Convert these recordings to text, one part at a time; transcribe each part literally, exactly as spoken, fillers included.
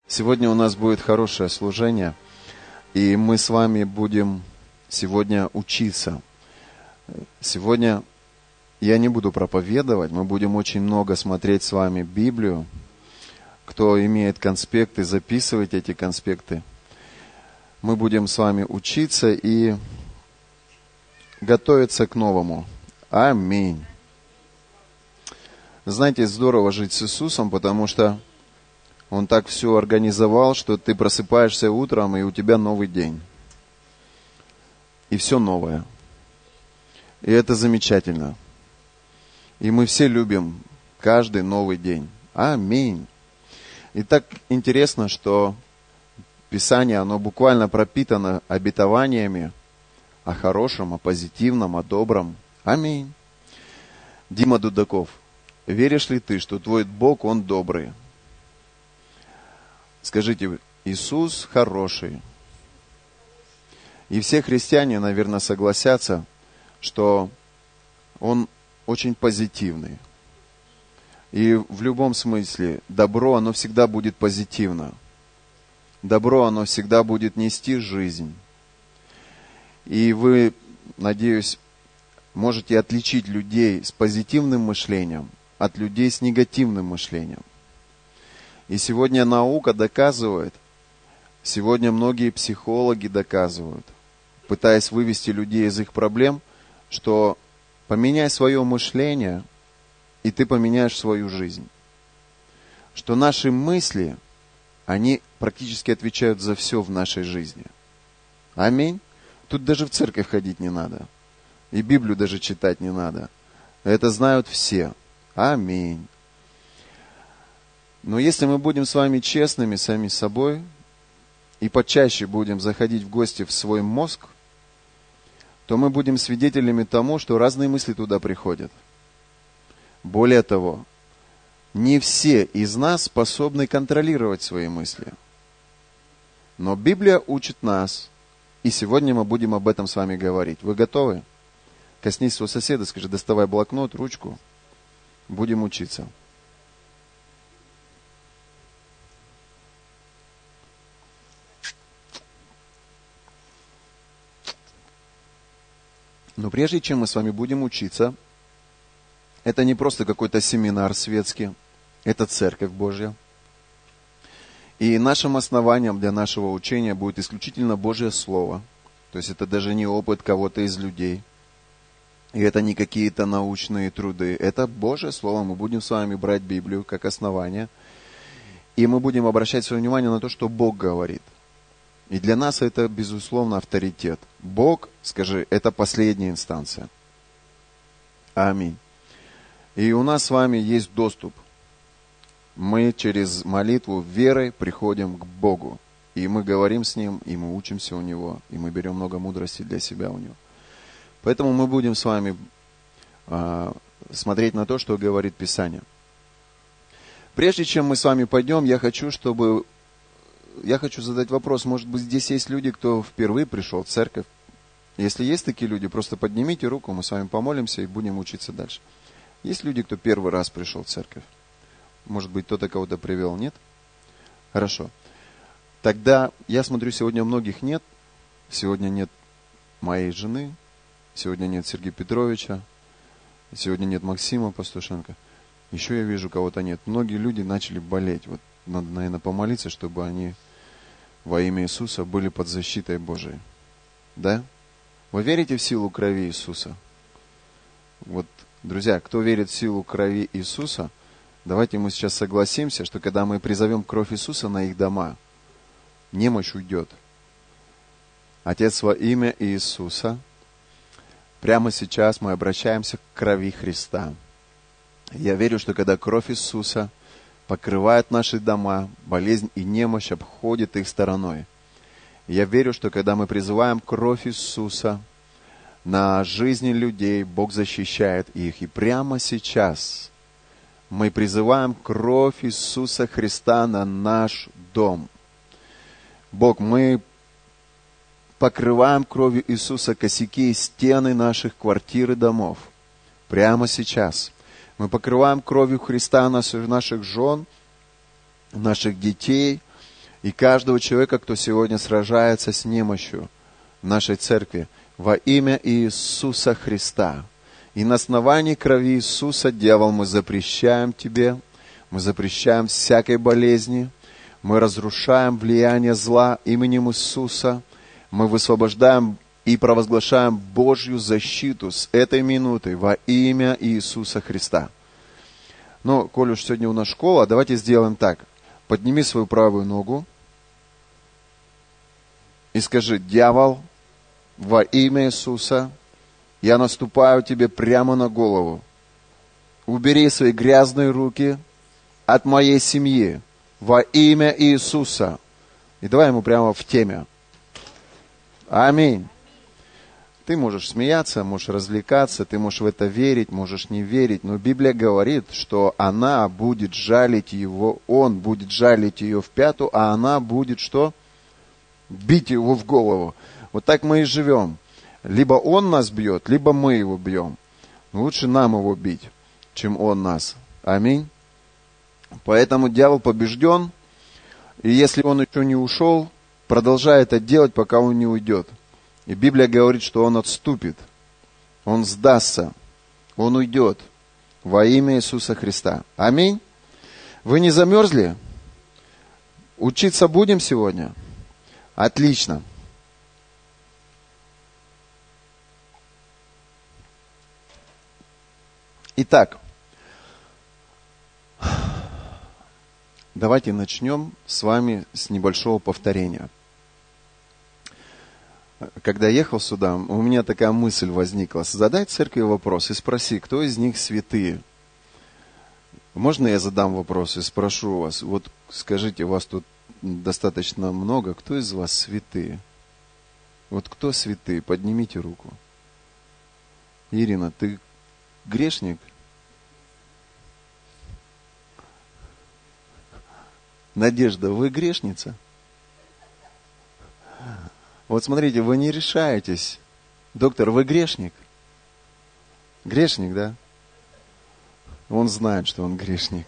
Сегодня у нас будет хорошее служение, и мы с вами будем сегодня учиться. Сегодня я не буду проповедовать, мы будем очень много смотреть с вами Библию. Кто имеет конспекты, записывайте эти конспекты. Мы будем с вами учиться и готовиться к новому. Аминь. Знаете, здорово жить с Иисусом, потому что Он так все организовал, что ты просыпаешься утром, и у тебя новый день. И все новое. И это замечательно. И мы все любим каждый новый день. Аминь. И так интересно, что Писание, оно буквально пропитано обетованиями о хорошем, о позитивном, о добром. Аминь. Дима Дудаков, веришь ли ты, что твой Бог, Он добрый? Скажите, Иисус хороший. И все христиане, наверное, согласятся, что Он очень позитивный. И в любом смысле добро, оно всегда будет позитивно. Добро, оно всегда будет нести жизнь. И вы, надеюсь, можете отличить людей с позитивным мышлением от людей с негативным мышлением. И сегодня наука доказывает, сегодня многие психологи доказывают, пытаясь вывести людей из их проблем, что поменяй свое мышление, и ты поменяешь свою жизнь. Что наши мысли, они практически отвечают за все в нашей жизни. Аминь. Тут даже в церковь ходить не надо. И Библию даже читать не надо. Это знают все. Аминь. Но если мы будем с вами честными сами с собой и почаще будем заходить в гости в свой мозг, то мы будем свидетелями тому, что разные мысли туда приходят. Более того, не все из нас способны контролировать свои мысли. Но Библия учит нас, и сегодня мы будем об этом с вами говорить. Вы готовы? Коснись своего соседа, скажи, доставай блокнот, ручку. Будем учиться. Но прежде чем мы с вами будем учиться, это не просто какой-то семинар светский, это Церковь Божья. И нашим основанием для нашего учения будет исключительно Божье Слово. То есть это даже не опыт кого-то из людей. И это не какие-то научные труды. Это Божье Слово. Мы будем с вами брать Библию как основание. И мы будем обращать свое внимание на то, что Бог говорит. И для нас это, безусловно, авторитет. Бог, скажи, это последняя инстанция. Аминь. И у нас с вами есть доступ. Мы через молитву верой приходим к Богу. И мы говорим с Ним, и мы учимся у Него, и мы берем много мудрости для себя у Него. Поэтому мы будем с вами э, смотреть на то, что говорит Писание. Прежде чем мы с вами пойдем, я хочу, чтобы... Я хочу задать вопрос, может быть, здесь есть люди, кто впервые пришел в церковь. Если есть такие люди, просто поднимите руку, мы с вами помолимся и будем учиться дальше. Есть люди, кто первый раз пришел в церковь? Может быть, кто-то кого-то привел, нет? Хорошо. Тогда, я смотрю, сегодня многих нет. Сегодня нет моей жены, сегодня нет Сергея Петровича, сегодня нет Максима Пастушенко. Еще я вижу, кого-то нет. Многие люди начали болеть. Вот надо, наверное, помолиться, чтобы они во имя Иисуса были под защитой Божией. Да? Вы верите в силу крови Иисуса? Вот, друзья, кто верит в силу крови Иисуса, давайте мы сейчас согласимся, что когда мы призовем кровь Иисуса на их дома, немощь уйдет. Отец, во имя Иисуса, прямо сейчас мы обращаемся к крови Христа. Я верю, что когда кровь Иисуса покрывает наши дома, болезнь и немощь обходит их стороной. Я верю, что когда мы призываем кровь Иисуса на жизни людей, Бог защищает их. И прямо сейчас мы призываем кровь Иисуса Христа на наш дом. Бог, мы покрываем кровью Иисуса косяки и стены наших квартир и домов. Прямо сейчас. Мы покрываем кровью Христа наших жен, наших детей. и каждого человека, кто сегодня сражается с немощью в нашей церкви, во имя Иисуса Христа. И на основании крови Иисуса, дьявол, мы запрещаем тебе, мы запрещаем всякой болезни, мы разрушаем влияние зла именем Иисуса, мы высвобождаем и провозглашаем Божью защиту с этой минуты во имя Иисуса Христа. Но, коль уж сегодня у нас школа, давайте сделаем так. Подними свою правую ногу и скажи: дьявол, во имя Иисуса, я наступаю тебе прямо на голову. Убери свои грязные руки от моей семьи во имя Иисуса. И давай ему прямо в теме. Аминь. Ты можешь смеяться, можешь развлекаться, ты можешь в это верить, можешь не верить, но Библия говорит, что она будет жалить его, он будет жалить ее в пяту, а она будет что? Бить его в голову. Вот так мы и живем. Либо он нас бьет, либо мы его бьем. Лучше нам его бить, чем он нас. Аминь. Поэтому дьявол побежден, и если он еще не ушел, продолжай это делать, пока он не уйдет. И Библия говорит, что он отступит, он сдастся, он уйдет во имя Иисуса Христа. Аминь. Вы не замерзли? Учиться будем сегодня? Отлично. Итак, давайте начнем с вами с небольшого повторения. Когда ехал сюда, у меня такая мысль возникла. Задай церкви вопрос и спроси, кто из них святые. Можно я задам вопрос и спрошу вас? Вот скажите, вас тут достаточно много. Кто из вас святые? Вот кто святые? Поднимите руку. Ирина, ты грешник? Надежда, вы грешница? Вот смотрите, вы не решаетесь. Доктор, вы грешник? Грешник, да? Он знает, что он грешник.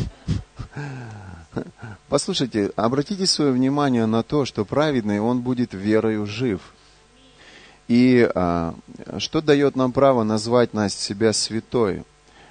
Послушайте, обратите свое внимание на то, что праведный, он будет верою жив. И а, что дает нам право назвать нас себя святой?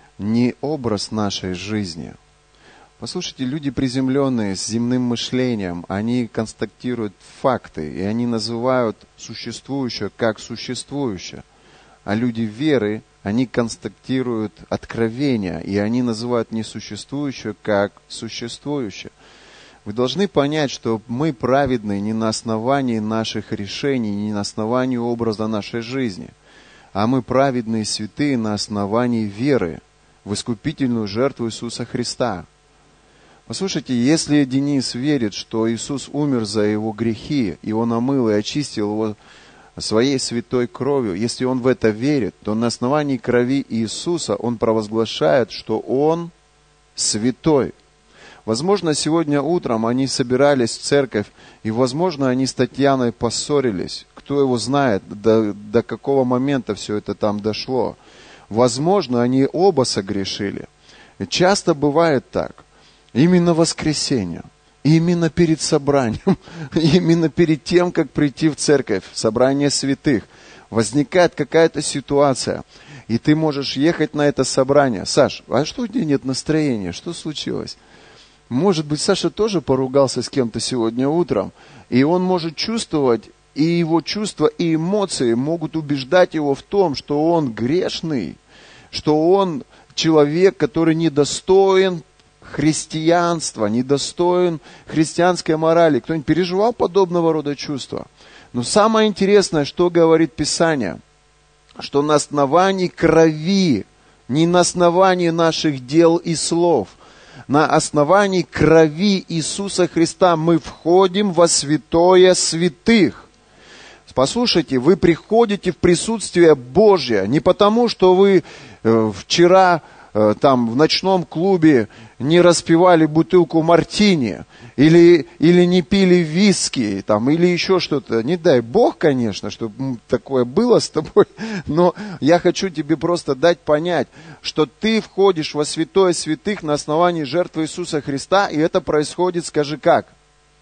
Не образ нашей жизни. Послушайте, люди приземленные, с земным мышлением, они констатируют факты, и они называют существующее как существующее. А люди веры, они констатируют откровения, и они называют несуществующее как существующее. Вы должны понять, что мы праведны не на основании наших решений, не на основании образа нашей жизни, а мы праведны и святые на основании веры в искупительную жертву Иисуса Христа. Послушайте, если Денис верит, что Иисус умер за его грехи, и Он омыл и очистил его своей святой кровью, если он в это верит, то на основании крови Иисуса он провозглашает, что Он святой. Возможно, сегодня утром они собирались в церковь, и, возможно, они с Татьяной поссорились. Кто его знает, до, до какого момента все это там дошло. Возможно, они оба согрешили. И часто бывает так. Именно в воскресенье, именно перед собранием, именно перед тем, как прийти в церковь, в собрание святых, возникает какая-то ситуация, и ты можешь ехать на это собрание. Саш, а что у тебя нет настроения? Что случилось? Может быть, Саша тоже поругался с кем-то сегодня утром, и он может чувствовать, и его чувства и эмоции могут убеждать его в том, что он грешный, что он человек, который недостоин христианства, недостоин христианской морали. Кто-нибудь переживал подобного рода чувства? Но самое интересное, что говорит Писание, что на основании крови, не на основании наших дел и слов, на основании крови Иисуса Христа мы входим во святое святых. Послушайте, вы приходите в присутствие Божье не потому, что вы э, вчера э, там в ночном клубе не распивали бутылку мартини, или, или не пили виски, там, или еще что-то. Не дай Бог, конечно, чтобы такое было с тобой, но я хочу тебе просто дать понять, что ты входишь во святое святых на основании жертвы Иисуса Христа, и это происходит, скажи как?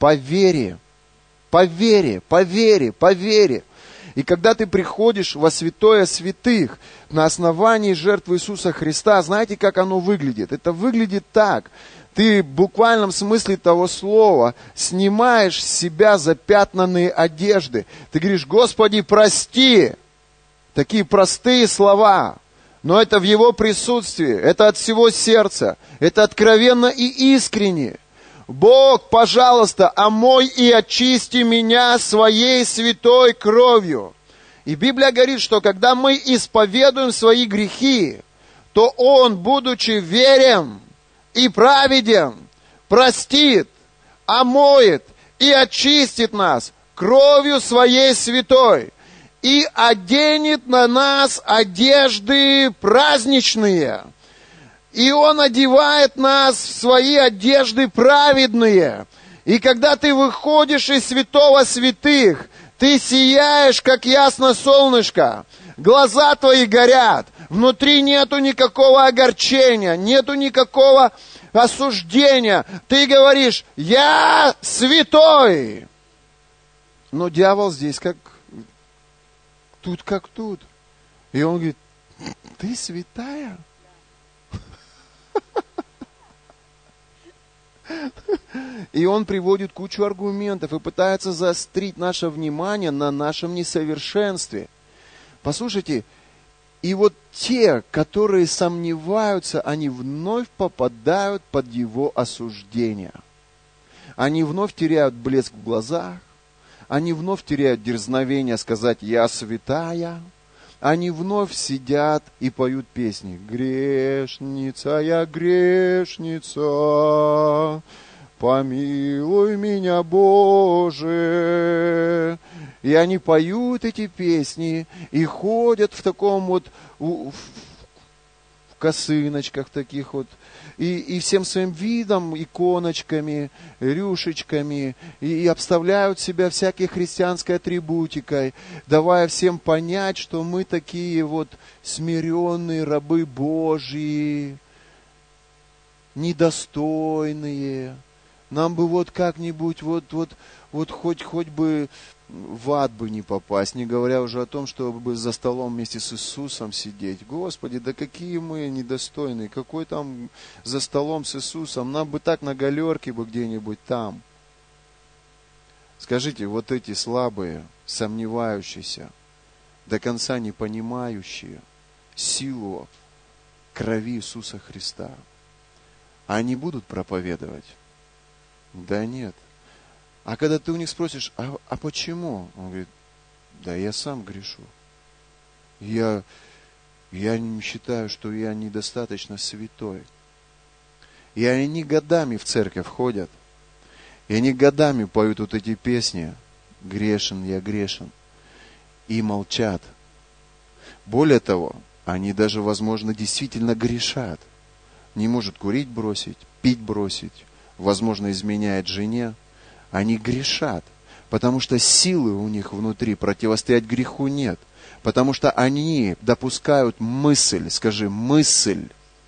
по вере, по вере, по вере, по вере. И когда ты приходишь во святое святых на основании жертвы Иисуса Христа, знаете, как оно выглядит? Это выглядит так. Ты в буквальном смысле того слова снимаешь с себя запятнанные одежды. Ты говоришь: Господи, прости. Такие простые слова. Но это в Его присутствии. Это от всего сердца. Это откровенно и искренне. Бог, пожалуйста, омой и очисти меня своей святой кровью. И Библия говорит, что когда мы исповедуем свои грехи, то Он, будучи верен и праведен, простит, омоет и очистит нас кровью своей святой и оденет на нас одежды праздничные. И Он одевает нас в свои одежды праведные. И когда ты выходишь из святого святых, ты сияешь, как ясно солнышко. Глаза твои горят. Внутри нету никакого огорчения, нету никакого осуждения. Ты говоришь: я святой. Но дьявол здесь как тут, как тут. И он говорит: ты святая? И он приводит кучу аргументов и пытается заострить наше внимание на нашем несовершенстве. Послушайте, и вот те, которые сомневаются, они вновь попадают под его осуждение. Они вновь теряют блеск в глазах, они вновь теряют дерзновение сказать: я святая. Они вновь сидят и поют песни. Грешница, я грешница, помилуй меня, Боже. И они поют эти песни и ходят в таком вот, в косыночках таких вот, и, и всем своим видом, иконочками, рюшечками, и, и обставляют себя всякой христианской атрибутикой, давая всем понять, что мы такие вот смиренные рабы Божьи, недостойные. Нам бы вот как-нибудь, вот, вот, вот хоть, хоть бы в ад бы не попасть, не говоря уже о том, чтобы за столом вместе с Иисусом сидеть. Господи, да какие мы недостойные, какой там за столом с Иисусом, нам бы так на галерке бы где-нибудь там. Скажите, вот эти слабые, сомневающиеся, до конца не понимающие силу крови Иисуса Христа, они будут проповедовать? Да нет. А когда ты у них спросишь: а, а почему? Он говорит: да я сам грешу. Я, я не считаю, что я недостаточно святой. И они годами в церковь ходят. И они годами поют вот эти песни: грешен, я грешен. И молчат. Более того, они даже, возможно, действительно грешат. Не может курить бросить, пить бросить, возможно, изменяет жене. Они грешат, потому что силы у них внутри противостоять греху нет. Потому что они допускают мысль, скажи, мысль.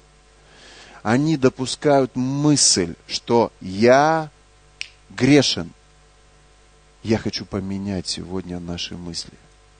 Они допускают мысль, что я грешен. Я хочу поменять сегодня наши мысли.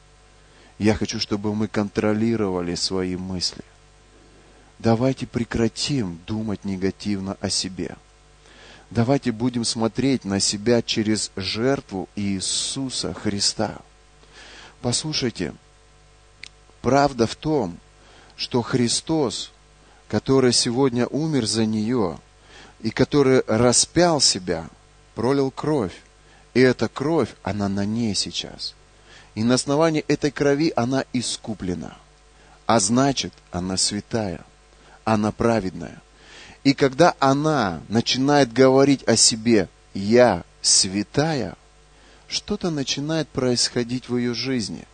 Я хочу, чтобы мы контролировали свои мысли. Давайте прекратим думать негативно о себе. Давайте будем смотреть на себя через жертву Иисуса Христа. Послушайте, правда в том, что Христос, который сегодня умер за нее, и который распял себя, пролил кровь, и эта кровь, она на ней сейчас. И на основании этой крови она искуплена. А значит, она святая, она праведная. И когда она начинает говорить о себе: «Я святая», что-то начинает происходить в ее жизни.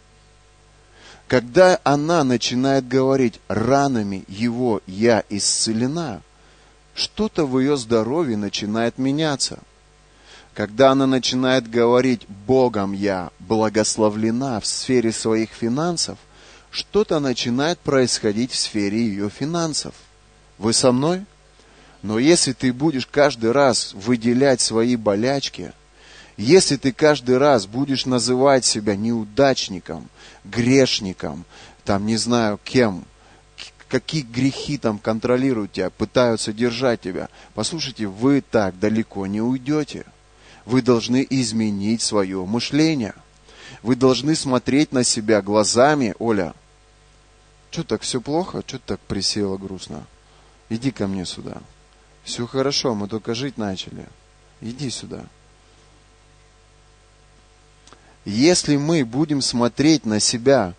Когда она начинает говорить: «Ранами Его я исцелена», что-то в ее здоровье начинает меняться. Когда она начинает говорить: «Богом я благословлена в сфере своих финансов», что-то начинает происходить в сфере ее финансов. Вы со мной? Но если ты будешь каждый раз выделять свои болячки, Если ты каждый раз будешь называть себя неудачником, грешником, там не знаю кем, какие грехи там контролируют тебя, пытаются держать тебя, послушайте, вы так далеко не уйдете. Вы должны изменить свое мышление. Вы должны смотреть на себя глазами. Оля, что так все плохо? Что так присела грустно? Иди ко мне сюда. Все хорошо, мы только жить начали. Иди сюда. Если мы будем смотреть на себя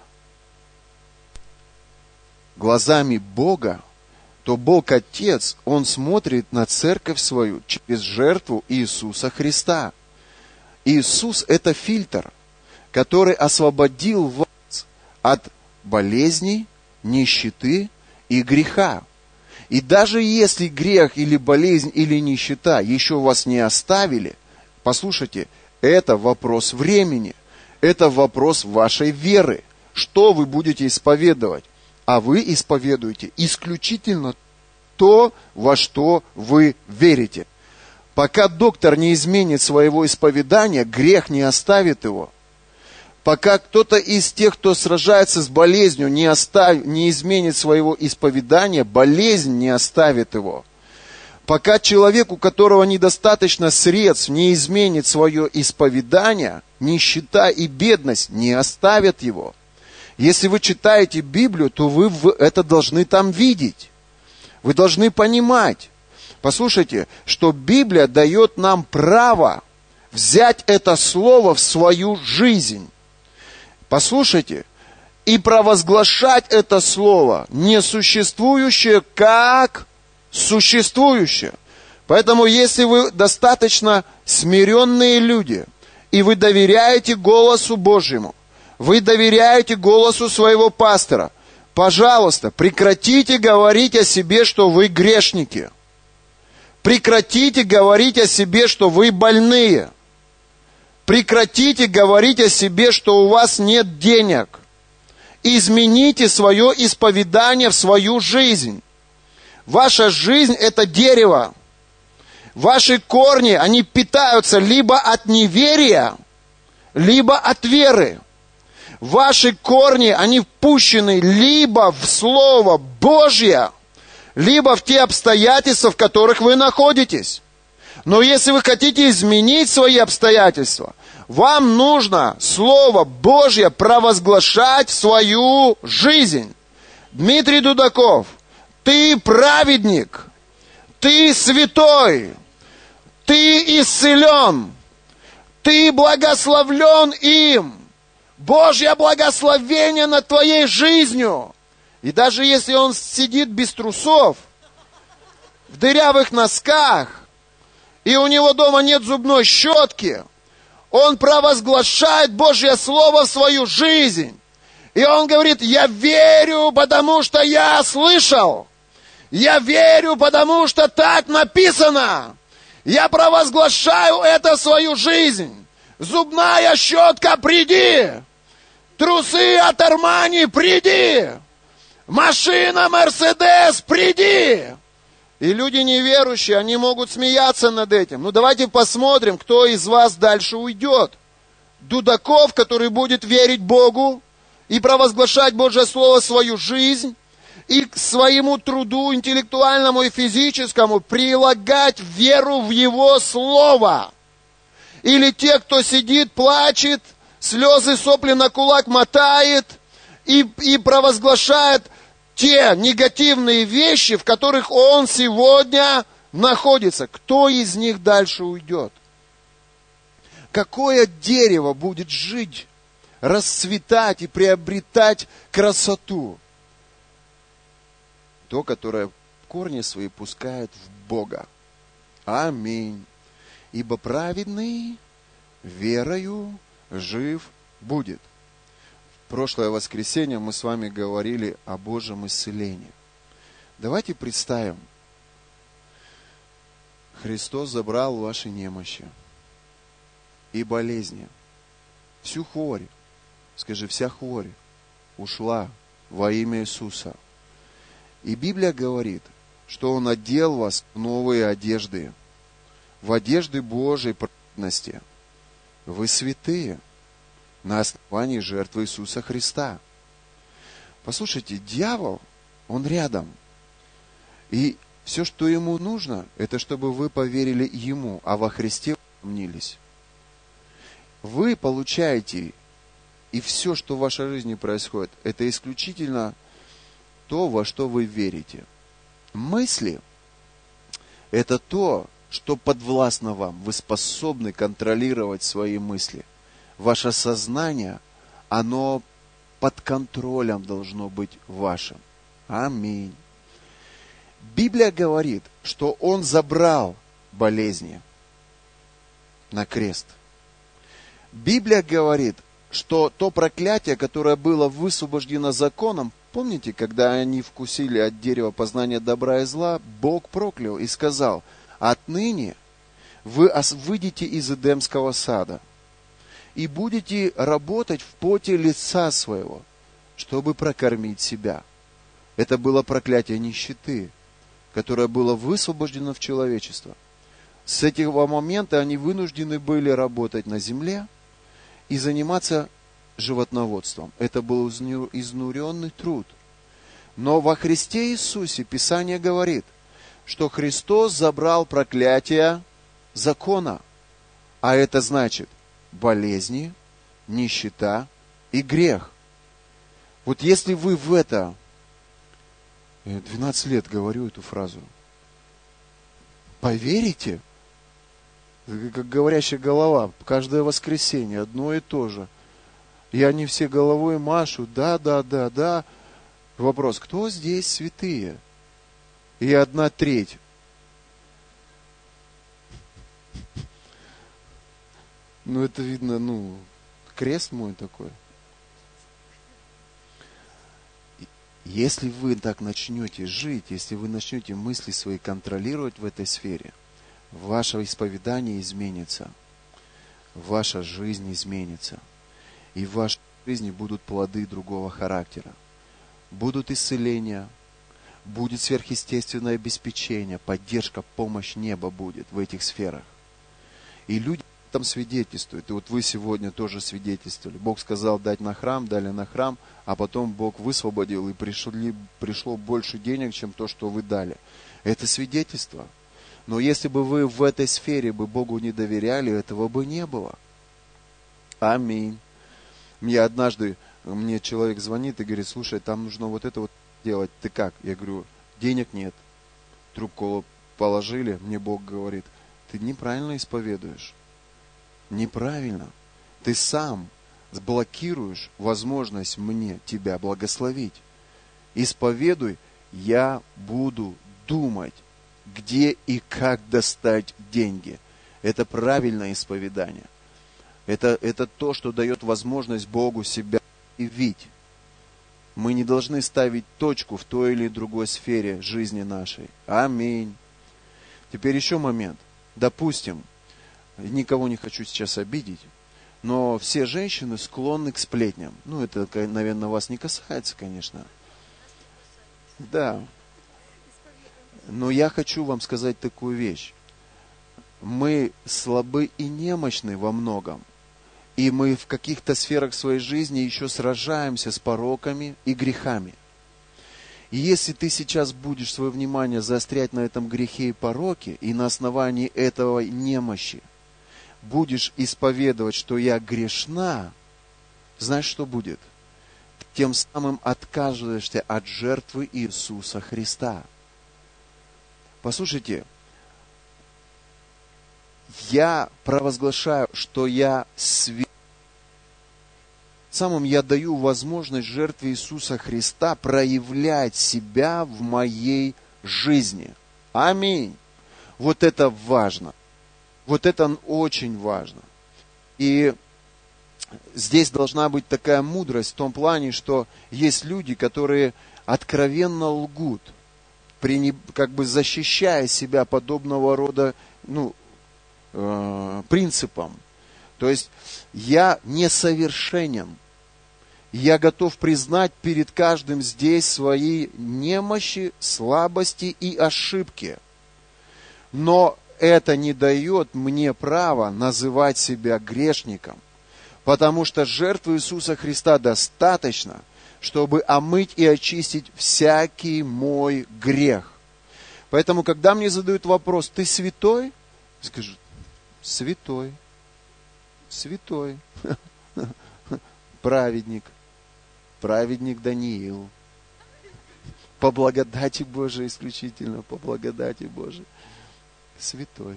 глазами Бога, то Бог Отец, Он смотрит на церковь свою через жертву Иисуса Христа. Иисус – это фильтр, который освободил вас от болезней, нищеты и греха. И даже если грех или болезнь или нищета еще вас не оставили, послушайте, это вопрос времени, это вопрос вашей веры. Что вы будете исповедовать? А вы исповедуете исключительно то, во что вы верите. Пока доктор не изменит своего исповедания, грех не оставит его. Пока кто-то из тех, кто сражается с болезнью, не, остав... не изменит своего исповедания, болезнь не оставит его. Пока человек, у которого недостаточно средств, не изменит свое исповедание, нищета и бедность не оставят его. Если вы читаете Библию, то вы это должны там видеть. Вы должны понимать. Послушайте, что Библия дает нам право взять это слово в свою жизнь. Послушайте, и провозглашать это слово несуществующее как существующее. Поэтому, если вы достаточно смиренные люди, и вы доверяете голосу Божьему, вы доверяете голосу своего пастора, пожалуйста, прекратите говорить о себе, что вы грешники. Прекратите говорить о себе, что вы больные. Прекратите говорить о себе, что у вас нет денег. Измените свое исповедание в свою жизнь. Ваша жизнь – это дерево. Ваши корни, они питаются либо от неверия, либо от веры. Ваши корни, они впущены либо в Слово Божье, либо в те обстоятельства, в которых вы находитесь. Но если вы хотите изменить свои обстоятельства, вам нужно Слово Божье провозглашать в свою жизнь. Дмитрий Дудаков, ты праведник, ты святой, ты исцелен, ты благословлен им. Божье благословение над твоей жизнью. И даже если он сидит без трусов, в дырявых носках, и у него дома нет зубной щетки, он провозглашает Божье Слово в свою жизнь. И он говорит, я верю, потому что я слышал. Я верю, потому что так написано. Я провозглашаю это в свою жизнь. Зубная щетка, приди. Трусы от Армани, приди. Машина Мерседес, приди. И люди неверующие, они могут смеяться над этим. Ну давайте посмотрим, кто из вас дальше уйдет. Дудаков, который будет верить Богу и провозглашать Божье Слово в свою жизнь, и к своему труду интеллектуальному и физическому прилагать веру в Его Слово. Или те, кто сидит, плачет, слезы, сопли на кулак мотает и, и провозглашает те негативные вещи, в которых он сегодня находится. Кто из них дальше уйдет? Какое дерево будет жить, расцветать и приобретать красоту? То, которое корни свои пускает в Бога. Аминь. Ибо праведный верою жив будет. В прошлое воскресенье мы с вами говорили о Божьем исцелении. Давайте представим, Христос забрал ваши немощи и болезни, всю хворь, скажи, вся хворь ушла во имя Иисуса. И Библия говорит, что Он одел вас в новые одежды, в одежды Божьей праведности. Вы святые на основании жертвы Иисуса Христа. Послушайте, дьявол, он рядом. И все, что ему нужно, это чтобы вы поверили ему, а во Христе усомнились. Вы получаете, и все, что в вашей жизни происходит, это исключительно то, во что вы верите. Мысли – это то, что подвластно вам. Вы способны контролировать свои мысли. Ваше сознание, оно под контролем должно быть вашим. Аминь. Библия говорит, что Он забрал болезни на крест. Библия говорит, что то проклятие, которое было высвобождено законом, помните, когда они вкусили от дерева познания добра и зла, Бог проклял и сказал: отныне вы выйдете из Эдемского сада и будете работать в поте лица своего, чтобы прокормить себя. Это было проклятие нищеты, которое было высвобождено в человечество. С этого момента они вынуждены были работать на земле и заниматься животноводством. Это был изнуренный труд. Но во Христе Иисусе Писание говорит, что Христос забрал проклятие закона. А это значит болезни, нищета и грех. Вот если вы в это... Я двенадцать лет говорю эту фразу. Поверите? Как говорящая голова. Каждое воскресенье одно и то же. И они все головой машут. Да, да, да, да. Вопрос: кто здесь святые? И одна треть. Ну, это видно, ну, крест мой такой. Если вы так начнете жить, если вы начнете мысли свои контролировать в этой сфере, ваше исповедание изменится, ваша жизнь изменится, и в вашей жизни будут плоды другого характера. Будут исцеления, будет сверхъестественное обеспечение, поддержка, помощь неба будет в этих сферах. И люди там свидетельствуют. И вот вы сегодня тоже свидетельствовали. Бог сказал дать на храм, дали на храм, а потом Бог высвободил, и пришли, пришло больше денег, чем то, что вы дали. Это свидетельство. Но если бы вы в этой сфере бы Богу не доверяли, этого бы не было. Аминь. Мне однажды, мне человек звонит и говорит: слушай, там нужно вот это вот делать. Ты как? Я говорю: денег нет. Трубку положили, мне Бог говорит: ты неправильно исповедуешь. Неправильно. Ты сам блокируешь возможность мне тебя благословить. Исповедуй, я буду думать, где и как достать деньги. Это правильное исповедание. Это, это то, что дает возможность Богу себя явить. Мы не должны ставить точку в той или другой сфере жизни нашей. Аминь. Теперь еще момент. Допустим, никого не хочу сейчас обидеть, но все женщины склонны к сплетням. Ну, это, наверное, вас не касается, конечно. Да. Но я хочу вам сказать такую вещь. Мы слабы и немощны во многом. И мы в каких-то сферах своей жизни еще сражаемся с пороками и грехами. И если ты сейчас будешь свое внимание заострять на этом грехе и пороке, и на основании этого немощи будешь исповедовать, что я грешна, знаешь, что будет? Тем самым отказываешься от жертвы Иисуса Христа. Послушайте, я провозглашаю, что я свят. Самым я даю возможность жертве Иисуса Христа проявлять себя в моей жизни. Аминь. Вот это важно. Вот это очень важно. И здесь должна быть такая мудрость в том плане, что есть люди, которые откровенно лгут, как бы защищая себя подобного рода, ну, э, принципам. То есть я несовершенен. Я готов признать перед каждым здесь свои немощи, слабости и ошибки. Но это не дает мне права называть себя грешником. Потому что жертвы Иисуса Христа достаточно, чтобы омыть и очистить всякий мой грех. Поэтому, когда мне задают вопрос, ты святой? Скажу, святой, святой, праведник, праведник Даниил. По благодати Божией исключительно, по благодати Божией. Святой.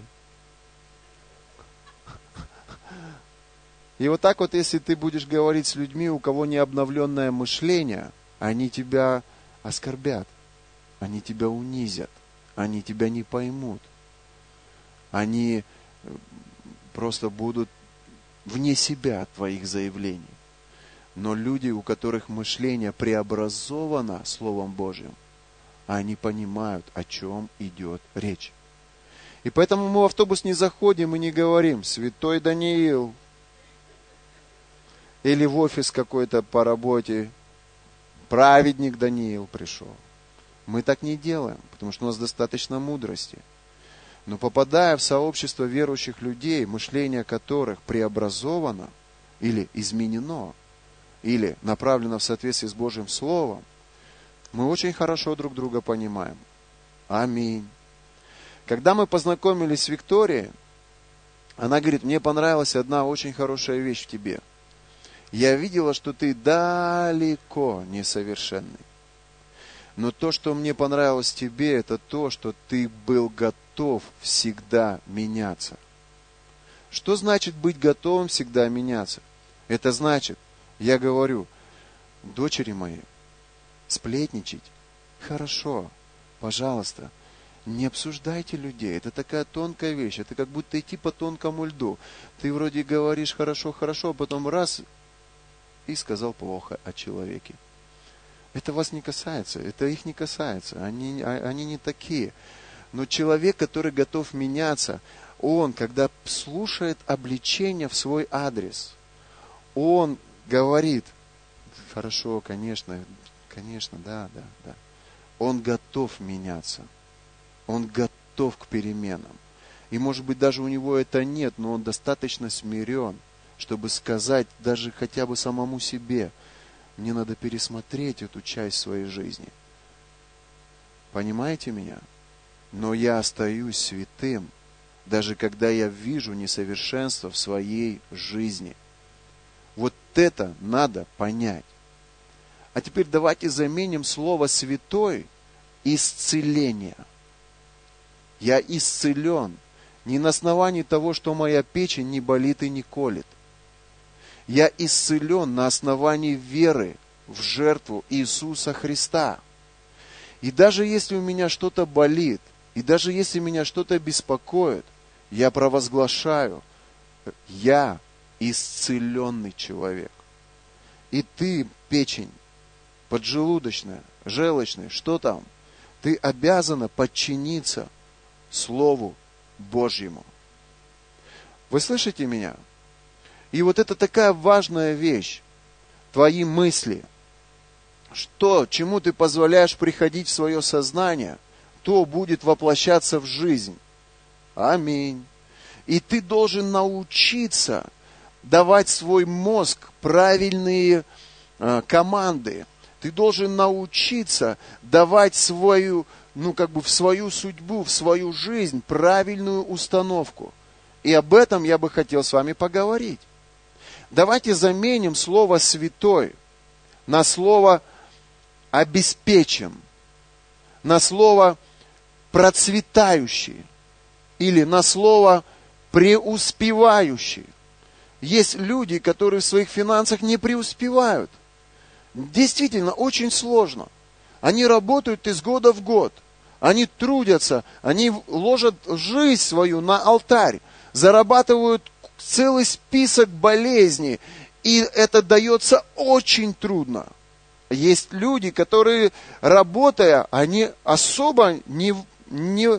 И вот так вот, если ты будешь говорить с людьми, у кого не обновленное мышление, они тебя оскорбят, они тебя унизят, они тебя не поймут. Они просто будут вне себя от твоих заявлений. Но люди, у которых мышление преобразовано Словом Божьим, они понимают, о чем идет речь. И поэтому мы в автобус не заходим и не говорим: «Святой Даниил», или в офис какой-то по работе: «Праведник Даниил пришел». Мы так не делаем, потому что у нас достаточно мудрости. Но попадая в сообщество верующих людей, мышление которых преобразовано или изменено, или направлено в соответствии с Божьим Словом, мы очень хорошо друг друга понимаем. Аминь. Когда мы познакомились с Викторией, она говорит: мне понравилась одна очень хорошая вещь в тебе. Я видела, что ты далеко несовершенный. Но то, что мне понравилось в тебе, это то, что ты был готов всегда меняться. Что значит быть готовым всегда меняться? Это значит, я говорю: дочери мои, сплетничать хорошо, пожалуйста, не обсуждайте людей. Это такая тонкая вещь. Это как будто идти по тонкому льду. Ты вроде говоришь хорошо, хорошо, а потом раз и сказал плохо о человеке. Это вас не касается, это их не касается. Они, они не такие. Но человек, который готов меняться, он, когда слушает обличение в свой адрес, он говорит: хорошо, конечно, конечно, да, да, да. Он готов меняться. Он готов к переменам. И, может быть, даже у него это нет, но он достаточно смирен, чтобы сказать даже хотя бы самому себе: мне надо пересмотреть эту часть своей жизни. Понимаете меня? Но я остаюсь святым, даже когда я вижу несовершенство в своей жизни. Вот это надо понять. А теперь давайте заменим слово «святой» исцеление. Я исцелен не на основании того, что моя печень не болит и не колет. Я исцелен на основании веры в жертву Иисуса Христа. И даже если у меня что-то болит, и даже если меня что-то беспокоит, я провозглашаю: я исцеленный человек. И ты, печень, поджелудочная, желчная, что там? Ты обязана подчиниться Слову Божьему. Вы слышите меня? И вот это такая важная вещь. Твои мысли. Что, чему ты позволяешь приходить в свое сознание, то будет воплощаться в жизнь. Аминь. И ты должен научиться давать в свой мозг правильные э, команды. Ты должен научиться давать свою, ну как бы в свою судьбу, в свою жизнь правильную установку. И об этом я бы хотел с вами поговорить. Давайте заменим слово «святой» на слово «обеспечен», на слово «процветающий» или на слово «преуспевающий». Есть люди, которые в своих финансах не преуспевают. Действительно, очень сложно. Они работают из года в год. Они трудятся, они ложат жизнь свою на алтарь, зарабатывают целый список болезней, и это дается очень трудно. Есть люди, которые, работая, они особо не, не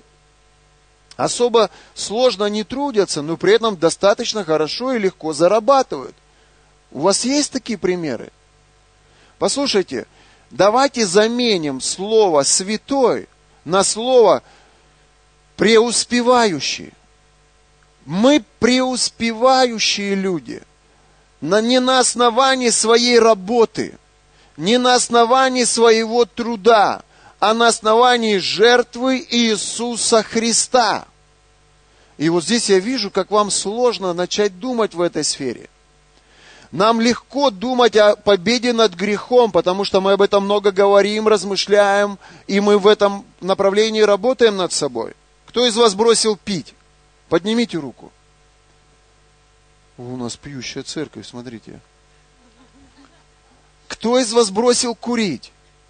особо сложно не трудятся, но при этом достаточно хорошо и легко зарабатывают. У вас есть такие примеры? Послушайте, давайте заменим слово «святой» на слово преуспевающие. Мы преуспевающие люди. Но не на основании своей работы, не на основании своего труда, а на основании жертвы Иисуса Христа. И вот здесь я вижу, как вам сложно начать думать в этой сфере. Нам легко думать о победе над грехом, потому что мы об этом много говорим, размышляем, и мы в этом направлении работаем над собой. Кто из вас бросил пить? Поднимите руку. У нас пьющая церковь, смотрите. Кто из вас бросил курить?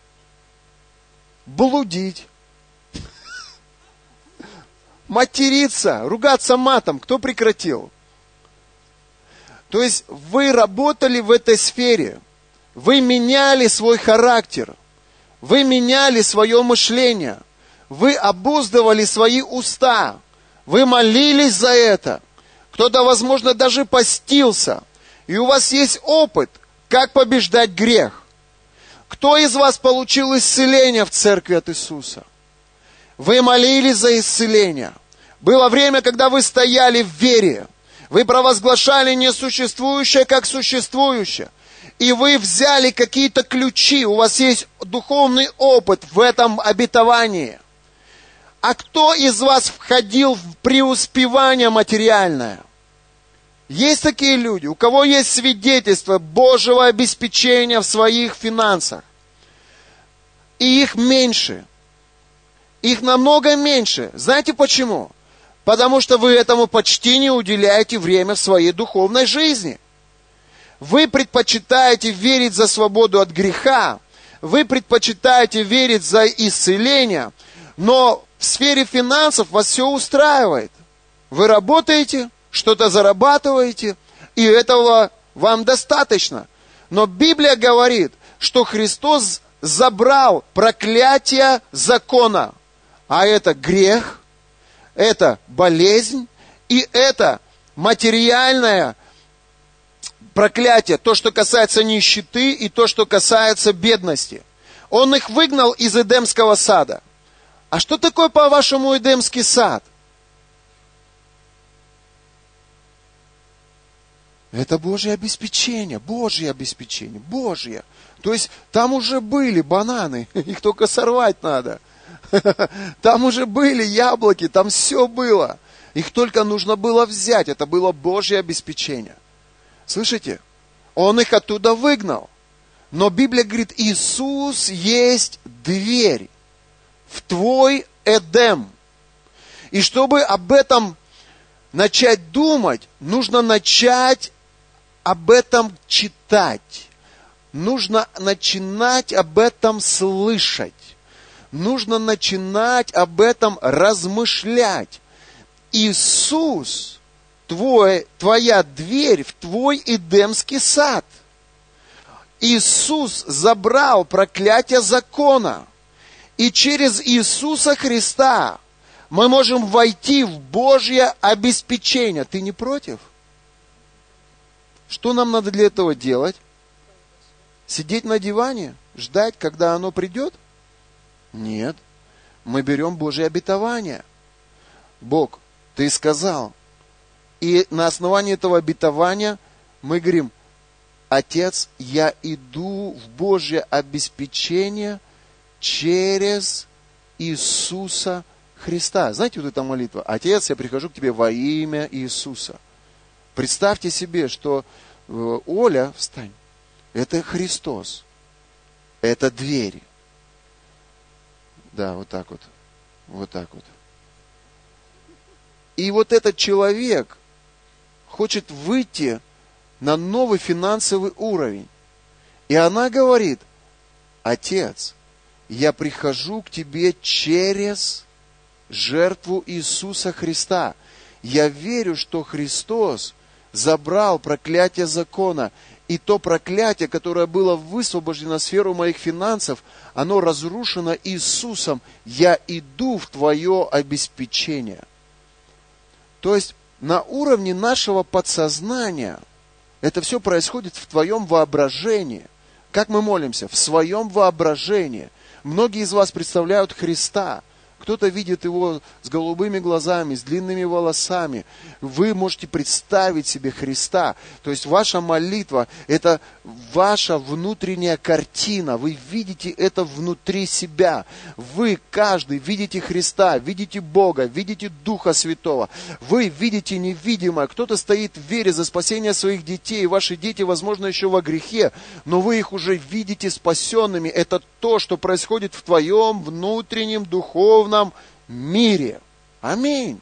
Блудить? Материться, ругаться матом. Кто прекратил? То есть вы работали в этой сфере. Вы меняли свой характер. Вы меняли свое мышление. Вы обуздывали свои уста. Вы молились за это. Кто-то, возможно, даже постился. И у вас есть опыт, как побеждать грех. Кто из вас получил исцеление в церкви от Иисуса? Вы молились за исцеление. Было время, когда вы стояли в вере. Вы провозглашали несуществующее как существующее. И вы взяли какие-то ключи. У вас есть духовный опыт в этом обетовании. А кто из вас входил в преуспевание материальное? Есть такие люди, у кого есть свидетельство Божьего обеспечения в своих финансах. И их меньше. Их намного меньше. Знаете почему? Потому что вы этому почти не уделяете время в своей духовной жизни. Вы предпочитаете верить за свободу от греха. Вы предпочитаете верить за исцеление. Но в сфере финансов вас все устраивает. Вы работаете, что-то зарабатываете, и этого вам достаточно. Но Библия говорит, что Христос забрал проклятие закона. А это грех, это болезнь, и это материальное проклятие, то, что касается нищеты, и то, что касается бедности. Он их выгнал из Эдемского сада. А что такое, по-вашему, Эдемский сад? Это Божье обеспечение, Божье обеспечение, Божье. То есть там уже были бананы, их только сорвать надо. Там уже были яблоки, там все было. Их только нужно было взять, это было Божье обеспечение. Слышите? Он их оттуда выгнал. Но Библия говорит, Иисус есть дверь в твой Эдем. И чтобы об этом начать думать, нужно начать об этом читать. Нужно начинать об этом слышать. Нужно начинать об этом размышлять. Иисус, твой, твоя дверь в твой Эдемский сад. Иисус забрал проклятие закона. И через Иисуса Христа мы можем войти в Божье обеспечение. Ты не против? Что нам надо для этого делать? Сидеть на диване? Ждать, когда оно придет? Нет. Мы берем Божье обетование. Бог, Ты сказал. И на основании этого обетования мы говорим, Отец, я иду в Божье обеспечение через Иисуса Христа. Знаете, вот эта молитва? Отец, я прихожу к Тебе во имя Иисуса. Представьте себе, что Оля, встань, это Христос. Это дверь. Да, вот так вот. Вот так вот. И вот этот человек хочет выйти на новый финансовый уровень. И она говорит, Отец, я прихожу к Тебе через жертву Иисуса Христа. Я верю, что Христос забрал проклятие закона. И то проклятие, которое было высвобождено в сферу моих финансов, оно разрушено Иисусом. Я иду в Твое обеспечение. То есть на уровне нашего подсознания это все происходит в твоем воображении. Как мы молимся? В своем воображении. Многие из вас представляют Христа. кто-то видит его с голубыми глазами, с длинными волосами. Вы можете представить себе Христа. То есть ваша молитва – это ваша внутренняя картина. Вы видите это внутри себя. Вы, каждый, видите Христа, видите Бога, видите Духа Святого. Вы видите невидимое. Кто-то стоит в вере за спасение своих детей. Ваши дети, возможно, еще во грехе, но вы их уже видите спасенными. Это то, что происходит в твоем внутреннем духовном мире. Аминь.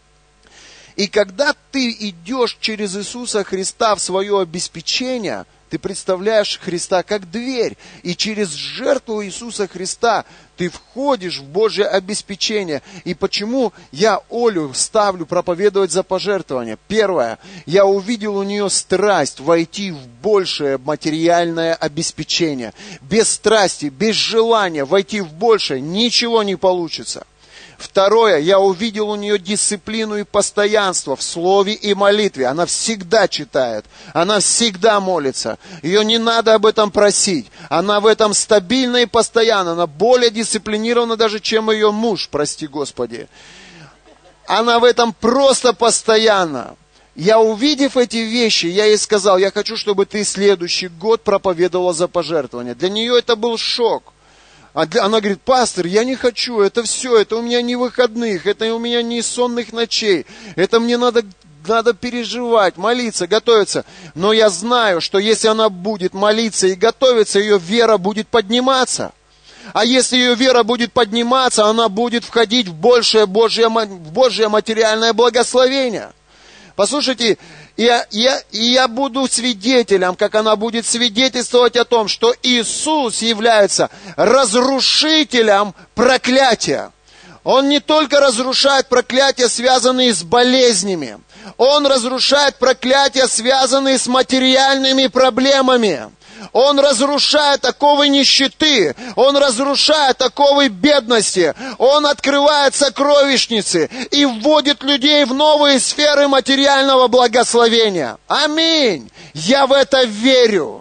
И когда ты идешь через Иисуса Христа в свое обеспечение, ты представляешь Христа как дверь. И через жертву Иисуса Христа ты входишь в Божье обеспечение. И почему я Олю ставлю проповедовать за пожертвование? Первое. Я увидел у нее страсть войти в большее материальное обеспечение. Без страсти, без желания войти в большее ничего не получится. Второе, я увидел у нее дисциплину и постоянство в слове и молитве. Она всегда читает, она всегда молится. Ее не надо об этом просить. Она в этом стабильна и постоянна. Она более дисциплинирована даже, чем ее муж, прости Господи. Она в этом просто постоянно. Я, увидев эти вещи, я ей сказал, я хочу, чтобы ты следующий год проповедовала за пожертвования. Для нее это был шок. Она говорит, пастор, я не хочу, это все, это у меня не выходных, это у меня не сонных ночей, это мне надо, надо переживать, молиться, готовиться. Но я знаю, что если она будет молиться и готовиться, ее вера будет подниматься. А если ее вера будет подниматься, она будет входить в большее Божье, в Божье материальное благословение. Послушайте, я, я, я буду свидетелем, как она будет свидетельствовать о том, что Иисус является разрушителем проклятия. Он не только разрушает проклятия, связанные с болезнями. Он разрушает проклятия, связанные с материальными проблемами. Он разрушает оковы нищеты, Он разрушает оковы бедности, Он открывает сокровищницы и вводит людей в новые сферы материального благословения. Аминь! Я в это верю.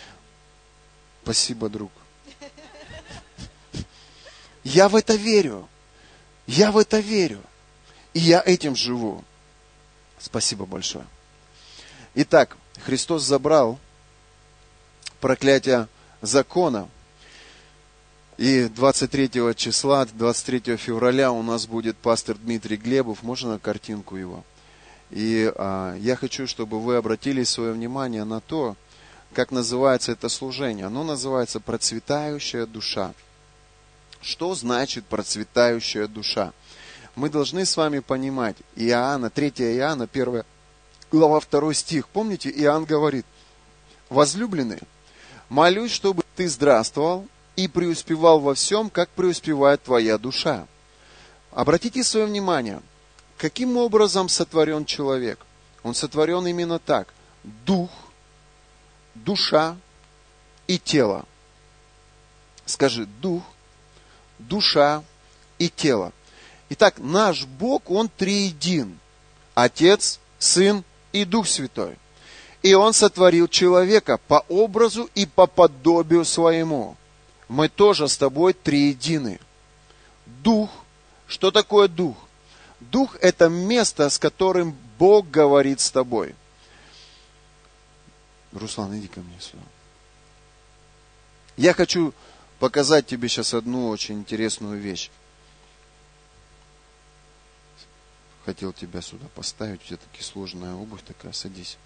Спасибо, друг. Я в это верю. Я в это верю. И я этим живу. Спасибо большое. Итак, Христос забрал проклятие закона. И двадцать третьего числа, двадцать третьего февраля у нас будет пастор Дмитрий Глебов. Можно на картинку его? И а, я хочу, чтобы вы обратили свое внимание на то, как называется это служение. Оно называется «Процветающая душа». Что значит «процветающая душа»? Мы должны с вами понимать, Иоанна, третьего Иоанна, первая глава, второй стих. Помните, Иоанн говорит, возлюбленные, молюсь, чтобы ты здравствовал и преуспевал во всем, как преуспевает твоя душа. Обратите свое внимание, каким образом сотворен человек. Он сотворен именно так. Дух, душа и тело. Скажи, дух, душа и тело. Итак, наш Бог, Он триедин. Отец, Сын и Дух Святой. И Он сотворил человека по образу и по подобию своему. Мы тоже с тобой триедины. Дух. Что такое дух? Дух – это место, с которым Бог говорит с тобой. Руслан, иди ко мне сюда. Я хочу показать тебе сейчас одну очень интересную вещь. Хотел тебя сюда поставить, у тебя такая сложная обувь такая, садись.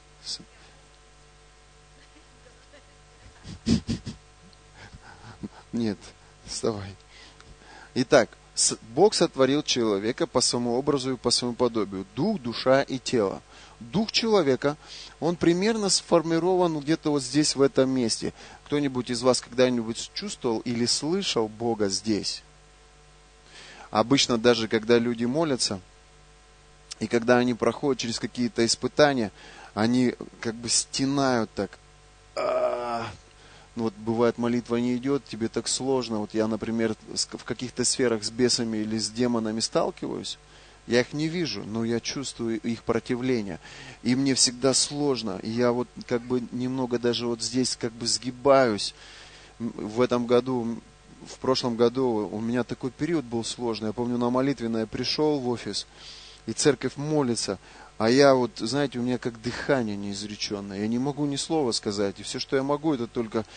Нет, вставай. Итак, Бог сотворил человека по своему образу и по своему подобию. Дух, душа и тело. Дух человека, он примерно сформирован где-то вот здесь, в этом месте. Кто-нибудь из вас когда-нибудь чувствовал или слышал Бога здесь? Обычно даже когда люди молятся, и когда они проходят через какие-то испытания, они как бы стенают так. А-а-а. Ну вот бывает, молитва не идет, тебе так сложно. Вот я, например, в каких-то сферах с бесами или с демонами сталкиваюсь. Я их не вижу, но я чувствую их противление. И мне всегда сложно. И я вот как бы немного даже вот здесь как бы сгибаюсь. В этом году в прошлом году у меня такой период был сложный. Я помню, на молитвенное пришел в офис, и церковь молится. А я вот, знаете, у меня как дыхание неизреченное. Я не могу ни слова сказать. И все, что я могу, это только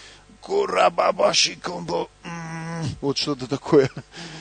курабабашикомбо. Вот что-то такое.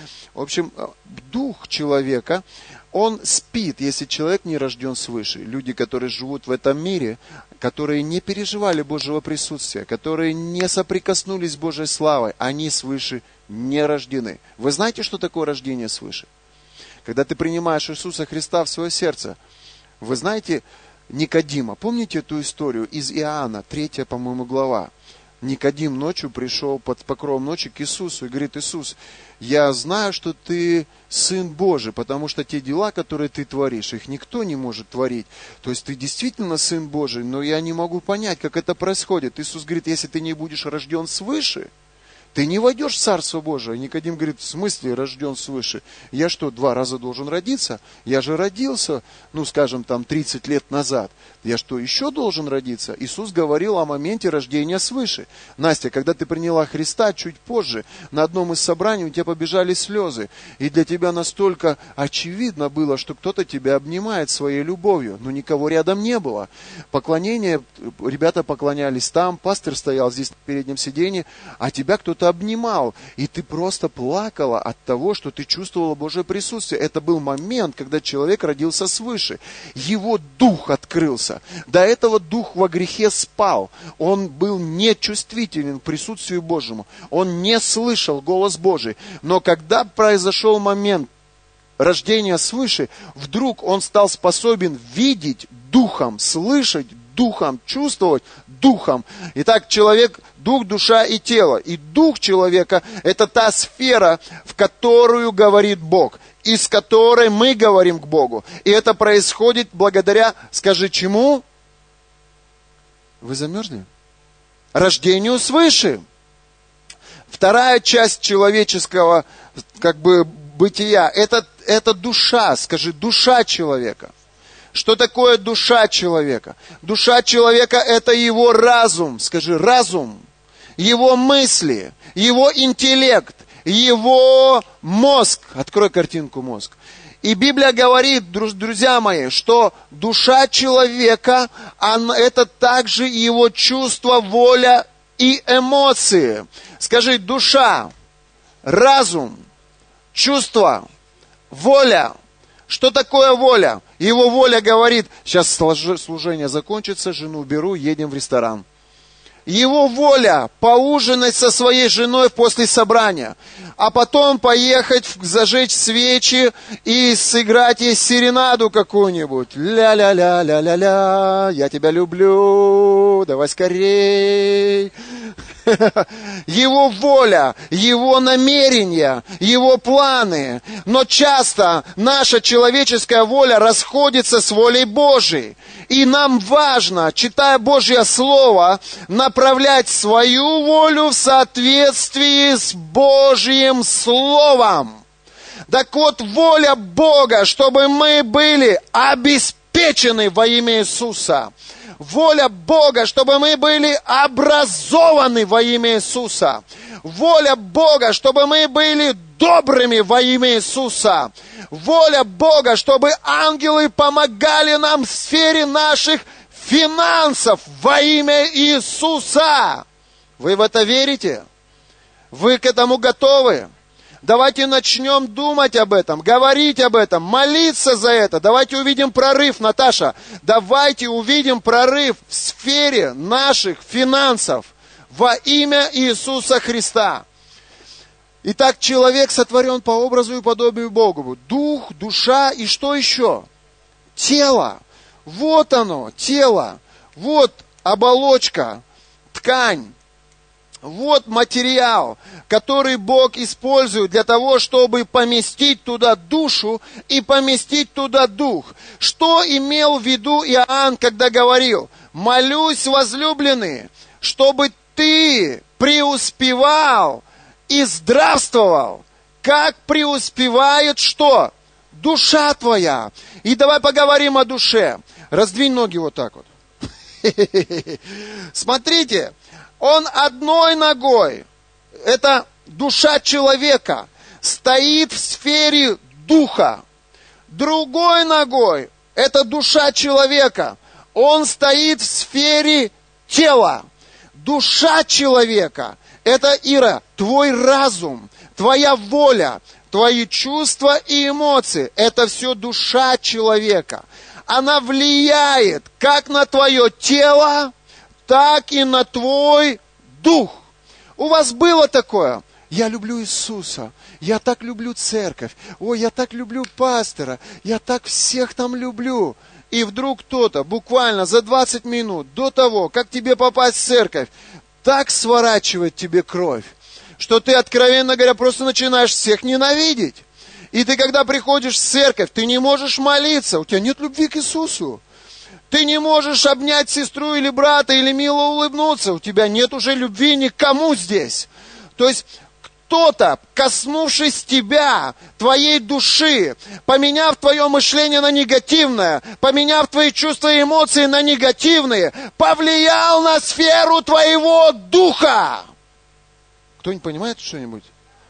В общем, дух человека, он спит, если человек не рожден свыше. Люди, которые живут в этом мире, которые не переживали Божьего присутствия, которые не соприкоснулись с Божьей славой, они свыше не рождены. Вы знаете, что такое рождение свыше? Когда ты принимаешь Иисуса Христа в свое сердце, вы знаете Никодима, помните эту историю из Иоанна, третья, по-моему, глава? Никодим ночью пришел под покровом ночи к Иисусу и говорит: Иисус, я знаю, что ты Сын Божий, потому что те дела, которые ты творишь, их никто не может творить. То есть ты действительно Сын Божий, но я не могу понять, как это происходит. Иисус говорит: если ты не будешь рожден свыше, ты не войдешь в Царство Божие. Никодим говорит: в смысле рожден свыше? Я что, два раза должен родиться? Я же родился, ну, скажем, там, тридцать лет назад. Я что, еще должен родиться? Иисус говорил о моменте рождения свыше. Настя, когда ты приняла Христа чуть позже, на одном из собраний у тебя побежали слезы. И для тебя настолько очевидно было, что кто-то тебя обнимает своей любовью. Но никого рядом не было. Поклонение, ребята поклонялись там, пастор стоял здесь на переднем сиденье, а тебя кто-то обнимал, и ты просто плакала от того, что ты чувствовала Божье присутствие. Это был момент, когда человек родился свыше. Его дух открылся. До этого дух во грехе спал. Он был нечувствителен к присутствию Божьему. Он не слышал голос Божий. Но когда произошел момент рождения свыше, вдруг он стал способен видеть духом, слышать духом, чувствовать духом. Итак, человек, дух, душа и тело. И дух человека – это та сфера, в которую говорит Бог, из которой мы говорим к Богу. И это происходит благодаря, скажи, чему? Вы замерзли? Рождению свыше. Вторая часть человеческого, как бы, бытия – это, это душа, скажи, душа человека. Что такое душа человека? Душа человека – это его разум, скажи, разум, его мысли, его интеллект, его мозг. Открой картинку мозг. И Библия говорит, друзья мои, что душа человека – это также его чувство, воля и эмоции. Скажи, душа, разум, чувство, воля. Что такое воля? Его воля говорит: сейчас служение закончится, жену беру, едем в ресторан. Его воля поужинать со своей женой после собрания, а потом поехать зажечь свечи и сыграть ей серенаду какую-нибудь. Ля-ля-ля-ля-ля-ля, я тебя люблю, давай скорей. Его воля, его намерения, его планы. Но часто наша человеческая воля расходится с волей Божией. И нам важно, читая Божье Слово, направлять свою волю в соответствии с Божьим Словом. Так вот, воля Бога, чтобы мы были обеспечены во имя Иисуса. Воля Бога, чтобы мы были образованы во имя Иисуса. Воля Бога, чтобы мы были добрыми во имя Иисуса. Воля Бога, чтобы ангелы помогали нам в сфере наших финансов во имя Иисуса. Вы в это верите? Вы к этому готовы? Давайте начнем думать об этом, говорить об этом, молиться за это. Давайте увидим прорыв, Наташа. Давайте увидим прорыв в сфере наших финансов во имя Иисуса Христа. Итак, человек сотворен по образу и подобию Богу. Дух, душа и что еще? Тело. Вот оно, тело. Вот оболочка, ткань. Вот материал, который Бог использует для того, чтобы поместить туда душу и поместить туда дух. Что имел в виду Иоанн, когда говорил: «Молюсь, возлюбленные, чтобы ты преуспевал и здравствовал, как преуспевает что? Душа твоя». И давай поговорим о душе. Раздвинь ноги вот так вот. Смотрите. Он одной ногой, это душа человека стоит в сфере духа. Другой ногой – это душа человека. Он стоит в сфере тела. Душа человека – это, Ира, твой разум, твоя воля, твои чувства и эмоции. Это все душа человека. Она влияет как на твое тело, так и на твой дух. У вас было такое? Я люблю Иисуса, я так люблю церковь, ой, я так люблю пастора, я так всех там люблю. И вдруг кто-то буквально за двадцать минут до того, как тебе попасть в церковь, так сворачивает тебе кровь, что ты, откровенно говоря, просто начинаешь всех ненавидеть. И ты, когда приходишь в церковь, ты не можешь молиться, у тебя нет любви к Иисусу. Ты не можешь обнять сестру или брата, или мило улыбнуться, у тебя нет уже любви никому здесь. То есть кто-то, коснувшись тебя, твоей души, поменяв твое мышление на негативное, поменяв твои чувства и эмоции на негативные, повлиял на сферу твоего духа. Кто-нибудь понимает что-нибудь?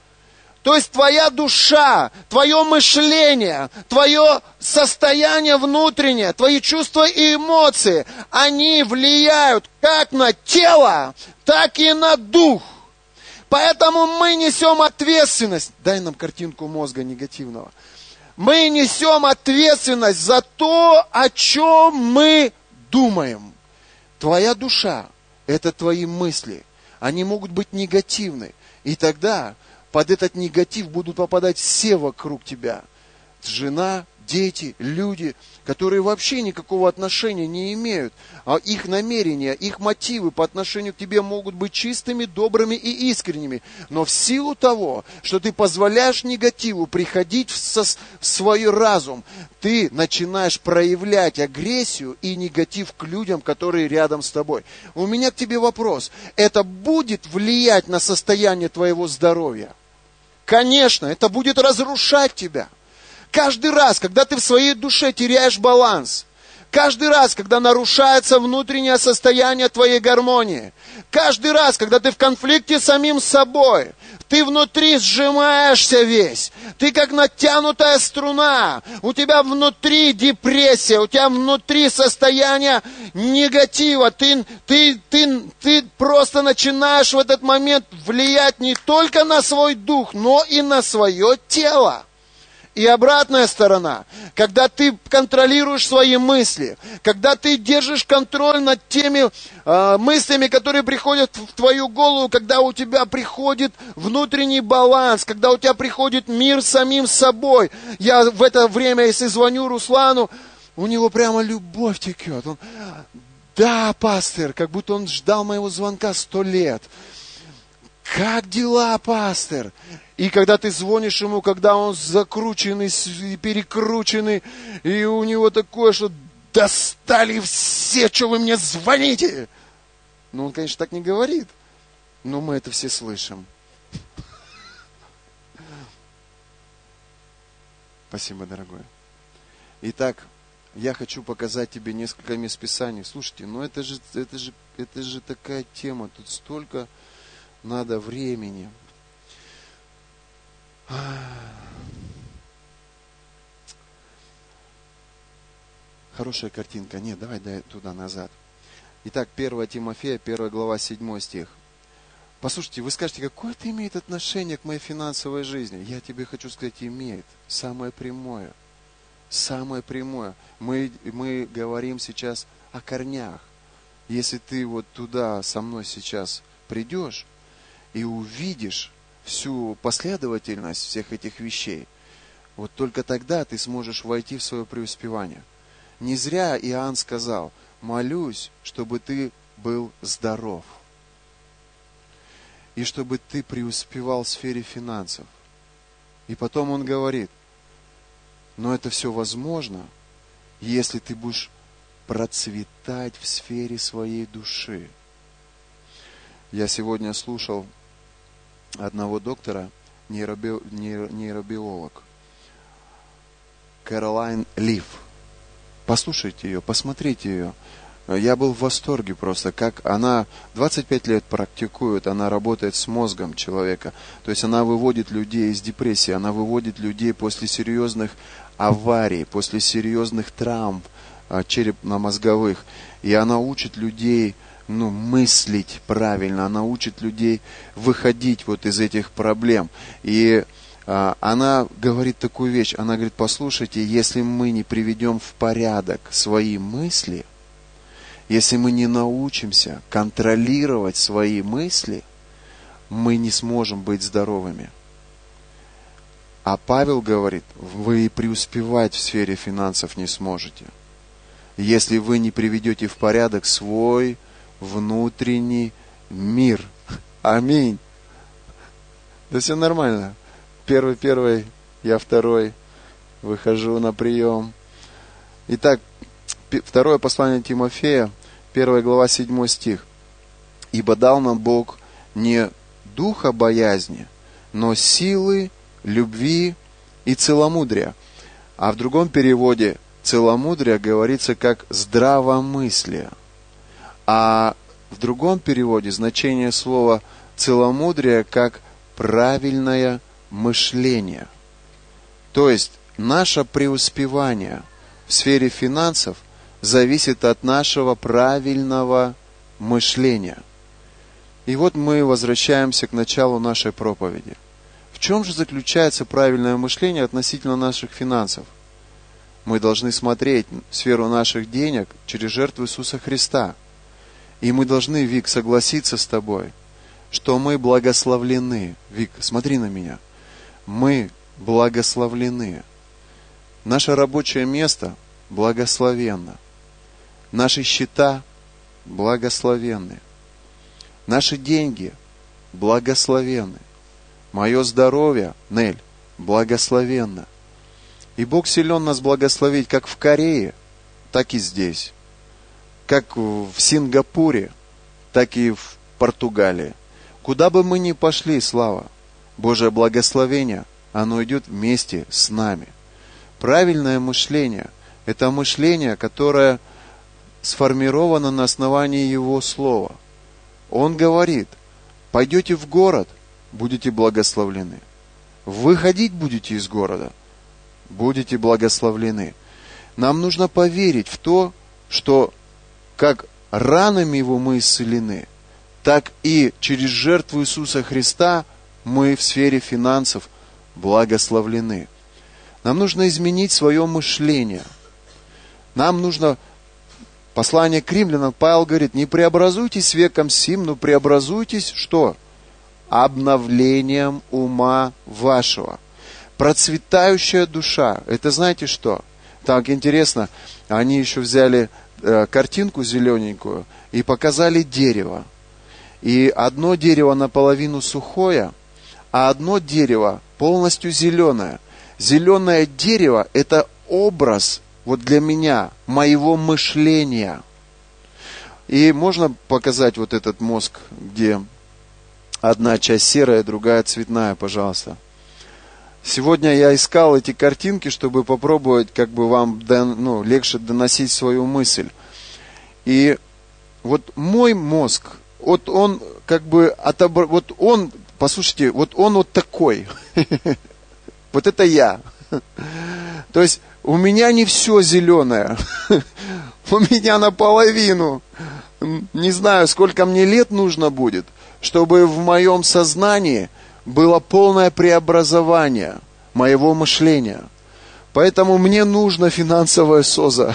То есть твоя душа, твое мышление, твое состояние внутреннее, твои чувства и эмоции, они влияют как на тело, так и на дух. Поэтому мы несем ответственность. Дай нам картинку мозга негативного. Мы несем ответственность за то, о чем мы думаем. Твоя душа – это твои мысли. Они могут быть негативны. И тогда под этот негатив будут попадать все вокруг тебя. Жена, дети, люди, которые вообще никакого отношения не имеют. А их намерения, их мотивы по отношению к тебе могут быть чистыми, добрыми и искренними. Но в силу того, что ты позволяешь негативу приходить в, со, в свой разум, ты начинаешь проявлять агрессию и негатив к людям, которые рядом с тобой. У меня к тебе вопрос. Это будет влиять на состояние твоего здоровья? Конечно, это будет разрушать тебя. Каждый раз, когда ты в своей душе теряешь баланс, каждый раз, когда нарушается внутреннее состояние твоей гармонии, каждый раз, когда ты в конфликте с самим собой, ты внутри сжимаешься весь, ты как натянутая струна, у тебя внутри депрессия, у тебя внутри состояние негатива, ты, ты, ты, ты просто начинаешь в этот момент влиять не только на свой дух, но и на свое тело. И обратная сторона, когда ты контролируешь свои мысли, когда ты держишь контроль над теми э, мыслями, которые приходят в твою голову, когда у тебя приходит внутренний баланс, когда у тебя приходит мир с самим собой. Я в это время, если звоню Руслану, у него прямо любовь текет. Он, да, пастор, как будто он ждал моего звонка сто лет. Как дела, пастор? И когда ты звонишь ему, когда он закрученный, перекрученный, и у него такое, что достали все, что вы мне звоните. Ну, он, конечно, так не говорит, но мы это все слышим. Спасибо, дорогой. Итак, я хочу показать тебе несколько мест Писаний. Слушайте, ну это же, это же, это же такая тема, тут столько надо времени. Хорошая картинка. Нет, давай дай туда назад. Итак, первое Тимофея, первая глава, седьмой стих. Послушайте, вы скажете, какое это имеет отношение к моей финансовой жизни? Я тебе хочу сказать, имеет. Самое прямое. Самое прямое. Мы, мы говорим сейчас о корнях. Если ты вот туда со мной сейчас придешь и увидишь всю последовательность всех этих вещей, вот только тогда ты сможешь войти в свое преуспевание. Не зря Иоанн сказал, молюсь, чтобы ты был здоров. И чтобы ты преуспевал в сфере финансов. И потом он говорит, но это все возможно, если ты будешь процветать в сфере своей души. Я сегодня слушал одного доктора, нейроби... нейробиолог, Кэролайн Лив. Послушайте ее, посмотрите ее. Я был в восторге просто, как она двадцать пять лет практикует, она работает с мозгом человека. То есть она выводит людей из депрессии, она выводит людей после серьезных аварий, после серьезных травм черепно-мозговых. И она учит людей, ну, мыслить правильно, она учит людей выходить вот из этих проблем. И а, она говорит такую вещь, она говорит: послушайте, если мы не приведем в порядок свои мысли, если мы не научимся контролировать свои мысли, мы не сможем быть здоровыми. А Павел говорит: вы преуспевать в сфере финансов не сможете, если вы не приведете в порядок свой внутренний мир. Аминь. Да все нормально. Первый, первый, я второй. Выхожу на прием. Итак, второе послание Тимофея, первая глава, седьмой стих. «Ибо дал нам Бог не духа боязни, но силы, любви и целомудрия». А в другом переводе целомудрие говорится как здравомыслие. А в другом переводе значение слова целомудрие как правильное мышление. То есть наше преуспевание в сфере финансов зависит от нашего правильного мышления. И вот мы возвращаемся к началу нашей проповеди. В чем же заключается правильное мышление относительно наших финансов? Мы должны смотреть в сферу наших денег через жертву Иисуса Христа. И мы должны, Вик, согласиться с тобой, что мы благословлены. Вик, смотри на меня. Мы благословлены. Наше рабочее место благословенно. Наши счета благословенны. Наши деньги благословенны. Мое здоровье, Нель, благословенно. И Бог силен нас благословить как в Корее, так и здесь. Как в Сингапуре, так и в Португалии. Куда бы мы ни пошли, слава, Божье благословение, оно идет вместе с нами. Правильное мышление – это мышление, которое сформировано на основании Его Слова. Он говорит: пойдете в город, будете благословлены. Выходить будете из города, будете благословлены. Нам нужно поверить в то, что как ранами Его мы исцелены, так и через жертву Иисуса Христа мы в сфере финансов благословлены. Нам нужно изменить свое мышление. Нам нужно, послание к римлянам, Павел говорит: не преобразуйтесь веком сим, но преобразуйтесь, что? Обновлением ума вашего. Процветающая душа, это знаете что? Так интересно, они еще взяли э, картинку зелененькую и показали дерево. И одно дерево наполовину сухое, а одно дерево полностью зеленое. Зеленое дерево – это образ, вот для меня, моего мышления. И можно показать вот этот мозг, где одна часть серая, другая цветная, пожалуйста. Сегодня я искал эти картинки, чтобы попробовать как бы вам ну, легче доносить свою мысль. И вот мой мозг, вот он как бы отобр... вот он, послушайте, вот он вот такой. Вот это я. То есть у меня не все зеленое. У меня наполовину. Не знаю, сколько мне лет нужно будет, чтобы в моем сознании было полное преобразование моего мышления. Поэтому мне нужно финансовая соза.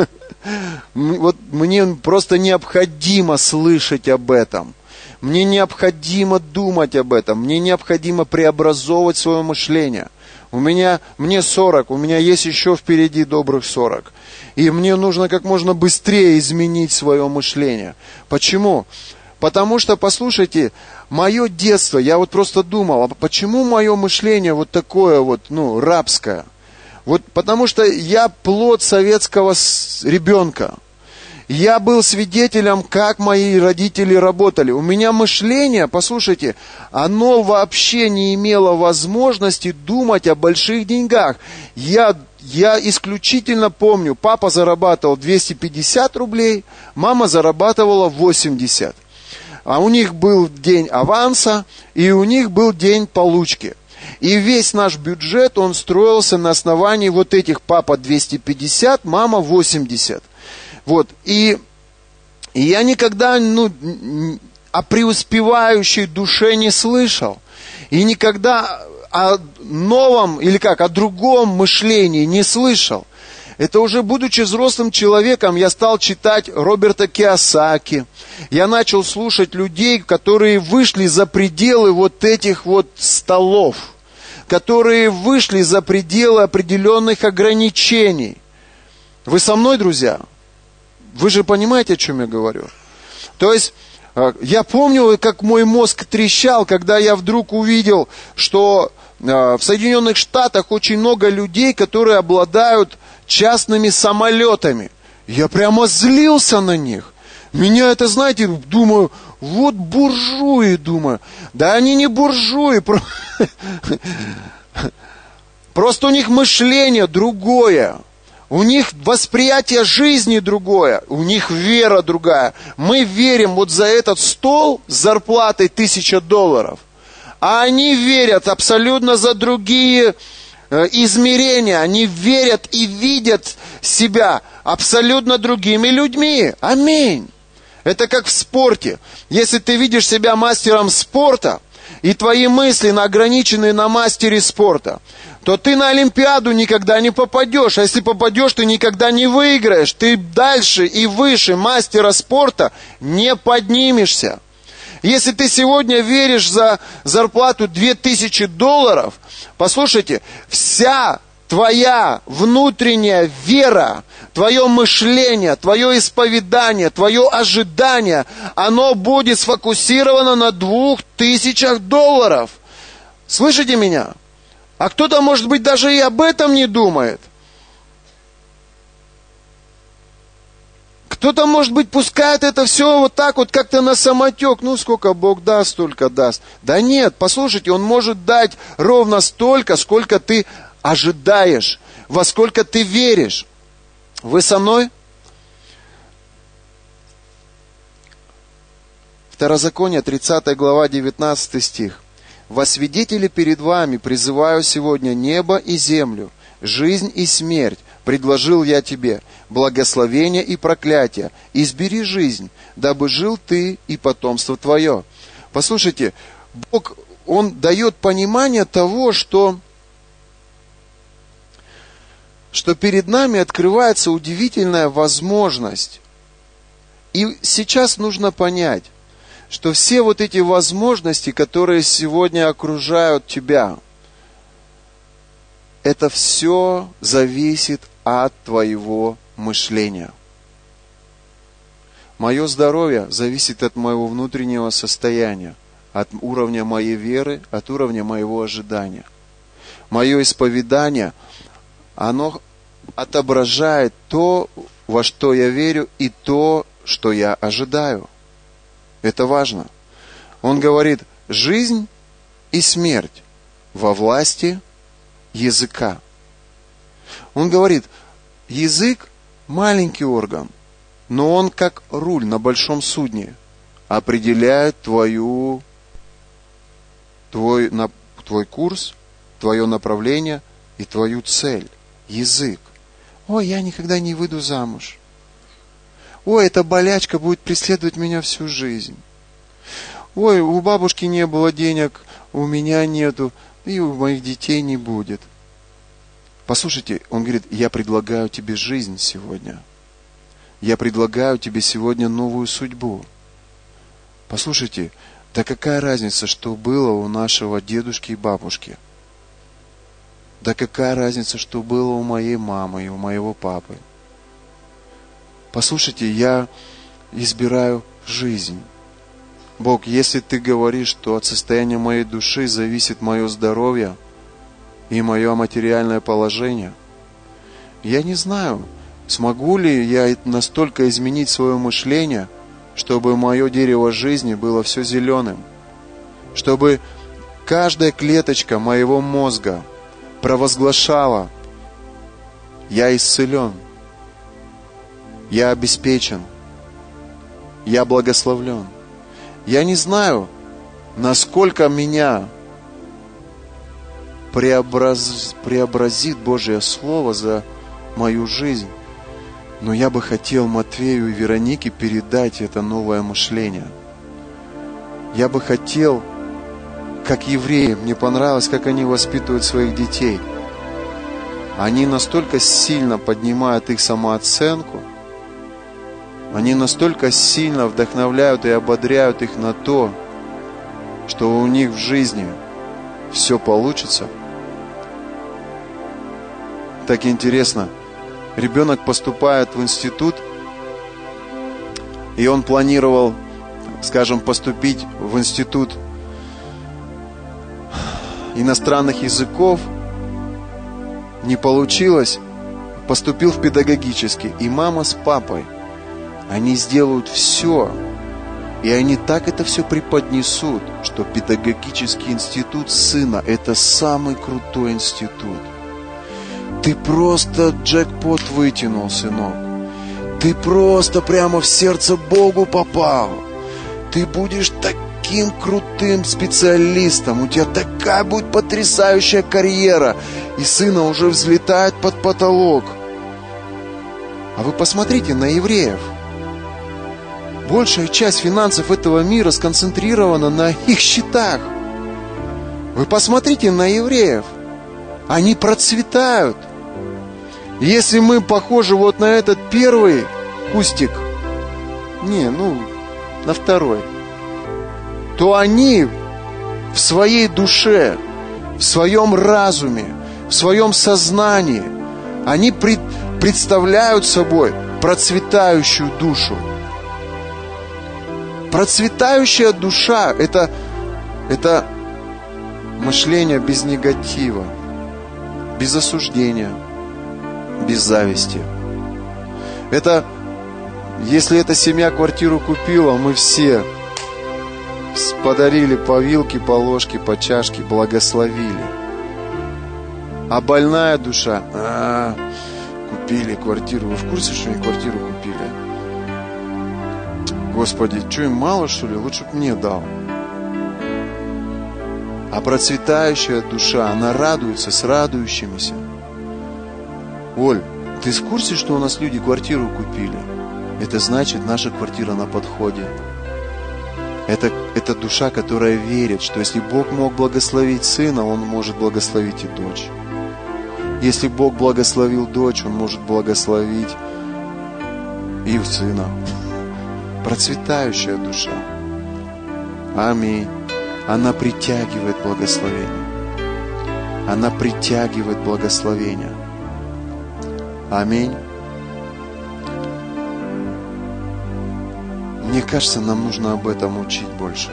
Вот мне просто необходимо слышать об этом. Мне необходимо думать об этом. Мне необходимо преобразовывать свое мышление. У меня, мне сорок, у меня есть еще впереди добрых сорок. И мне нужно как можно быстрее изменить свое мышление. Почему? Потому что, послушайте, мое детство, я вот просто думал, а почему мое мышление вот такое вот, ну, рабское? Вот потому что я плод советского ребенка. Я был свидетелем, как мои родители работали. У меня мышление, послушайте, оно вообще не имело возможности думать о больших деньгах. Я, я исключительно помню, папа зарабатывал двести пятьдесят рублей, мама зарабатывала восемьдесят. А у них был день аванса, и у них был день получки. И весь наш бюджет, он строился на основании вот этих: папа двести пятьдесят, мама восемьдесят. Вот, и, и я никогда, ну, о преуспевающей душе не слышал. И никогда о новом, или как, о другом мышлении не слышал. Это уже будучи взрослым человеком, я стал читать Роберта Кийосаки. Я начал слушать людей, которые вышли за пределы вот этих вот столов, которые вышли за пределы определенных ограничений. Вы со мной, друзья? Вы же понимаете, о чем я говорю? То есть, я помню, как мой мозг трещал, когда я вдруг увидел, что в Соединенных Штатах очень много людей, которые обладают частными самолетами. Я прямо злился на них. Меня это, знаете, думаю, вот буржуи, думаю. Да они не буржуи. Просто у них мышление другое. У них восприятие жизни другое. У них вера другая. Мы верим вот за этот стол с зарплатой тысяча долларов. А они верят абсолютно за другие измерения. Они верят и видят себя абсолютно другими людьми. Аминь. Это как в спорте. Если ты видишь себя мастером спорта, и твои мысли ограничены на мастере спорта, то ты на Олимпиаду никогда не попадешь. А если попадешь, ты никогда не выиграешь. Ты дальше и выше мастера спорта не поднимешься. Если ты сегодня веришь за зарплату две тысячи долларов, послушайте, вся твоя внутренняя вера, твое мышление, твое исповедание, твое ожидание, оно будет сфокусировано на двух тысячах долларов. Слышите меня? А кто-то, может быть, даже и об этом не думает. Кто-то, может быть, пускает это все вот так вот как-то на самотек. Ну, сколько Бог даст, столько даст. Да нет, послушайте, Он может дать ровно столько, сколько ты ожидаешь, во сколько ты веришь. Вы со мной? Второзаконие, тридцатая глава, девятнадцатый стих. «Во свидетели перед вами призываю сегодня небо и землю, жизнь и смерть, предложил я тебе, благословение и проклятие. Избери жизнь, дабы жил ты и потомство твое». Послушайте, Бог, Он дает понимание того, что, что перед нами открывается удивительная возможность. И сейчас нужно понять, что все вот эти возможности, которые сегодня окружают тебя, это все зависит от твоего мышления. Мое здоровье зависит от моего внутреннего состояния, от уровня моей веры, от уровня моего ожидания. Мое исповедание, оно отображает то, во что я верю, и то, что я ожидаю. Это важно. Он говорит, жизнь и смерть во власти языка. Он говорит, язык маленький орган, но он как руль на большом судне определяет твою, твой, на, твой курс, твое направление и твою цель. Язык. Ой, я никогда не выйду замуж. Ой, эта болячка будет преследовать меня всю жизнь. Ой, у бабушки не было денег, у меня нету, и у моих детей не будет. Послушайте, он говорит, я предлагаю тебе жизнь сегодня. Я предлагаю тебе сегодня новую судьбу. Послушайте, да какая разница, что было у нашего дедушки и бабушки? Да какая разница, что было у моей мамы и у моего папы? Послушайте, я избираю жизнь. Бог, если Ты говоришь, что от состояния моей души зависит мое здоровье и мое материальное положение, я не знаю, смогу ли я настолько изменить свое мышление, чтобы мое дерево жизни было все зеленым, чтобы каждая клеточка моего мозга провозглашала Я исцелен. Я обеспечен. Я благословлен. Я не знаю, насколько меня преобраз... преобразит Божье Слово за мою жизнь. Но я бы хотел Матвею и Веронике передать это новое мышление. Я бы хотел, как евреи, мне понравилось, как они воспитывают своих детей. Они настолько сильно поднимают их самооценку, они настолько сильно вдохновляют и ободряют их на то, что у них в жизни все получится. Так интересно. Ребенок поступает в институт, и он планировал, скажем, поступить в институт иностранных языков. Не получилось, поступил в педагогический. И мама с папой, они сделают все, и они так это все преподнесут, что педагогический институт сына – это самый крутой институт. Ты просто джекпот вытянул, сынок. Ты просто прямо в сердце Богу попал. Ты будешь таким крутым специалистом. У тебя такая будет потрясающая карьера. И сына уже взлетает под потолок. А вы посмотрите на евреев. Большая часть финансов этого мира сконцентрирована на их счетах. Вы посмотрите на евреев. Они процветают. Если мы похожи вот на этот первый кустик, не, ну, на второй, то они в своей душе, в своем разуме, в своем сознании, они пред, представляют собой процветающую душу. Процветающая душа – это, это мышление без негатива, без осуждения, без зависти. Это, если эта семья квартиру купила, мы все подарили по вилке, по ложке, по чашке, благословили. А больная душа, а, купили квартиру. Вы в курсе, что они квартиру купили? Господи, что им мало, что ли? Лучше бы мне дал. А процветающая душа, она радуется с радующимися. Оль, ты в курсе, что у нас люди квартиру купили? Это значит, наша квартира на подходе. Это, это душа, которая верит, что если Бог мог благословить сына, Он может благословить и дочь. Если Бог благословил дочь, Он может благословить и сына. Процветающая душа. Аминь. Она притягивает благословение. Она притягивает благословение. Аминь. Мне кажется, нам нужно об этом учить больше.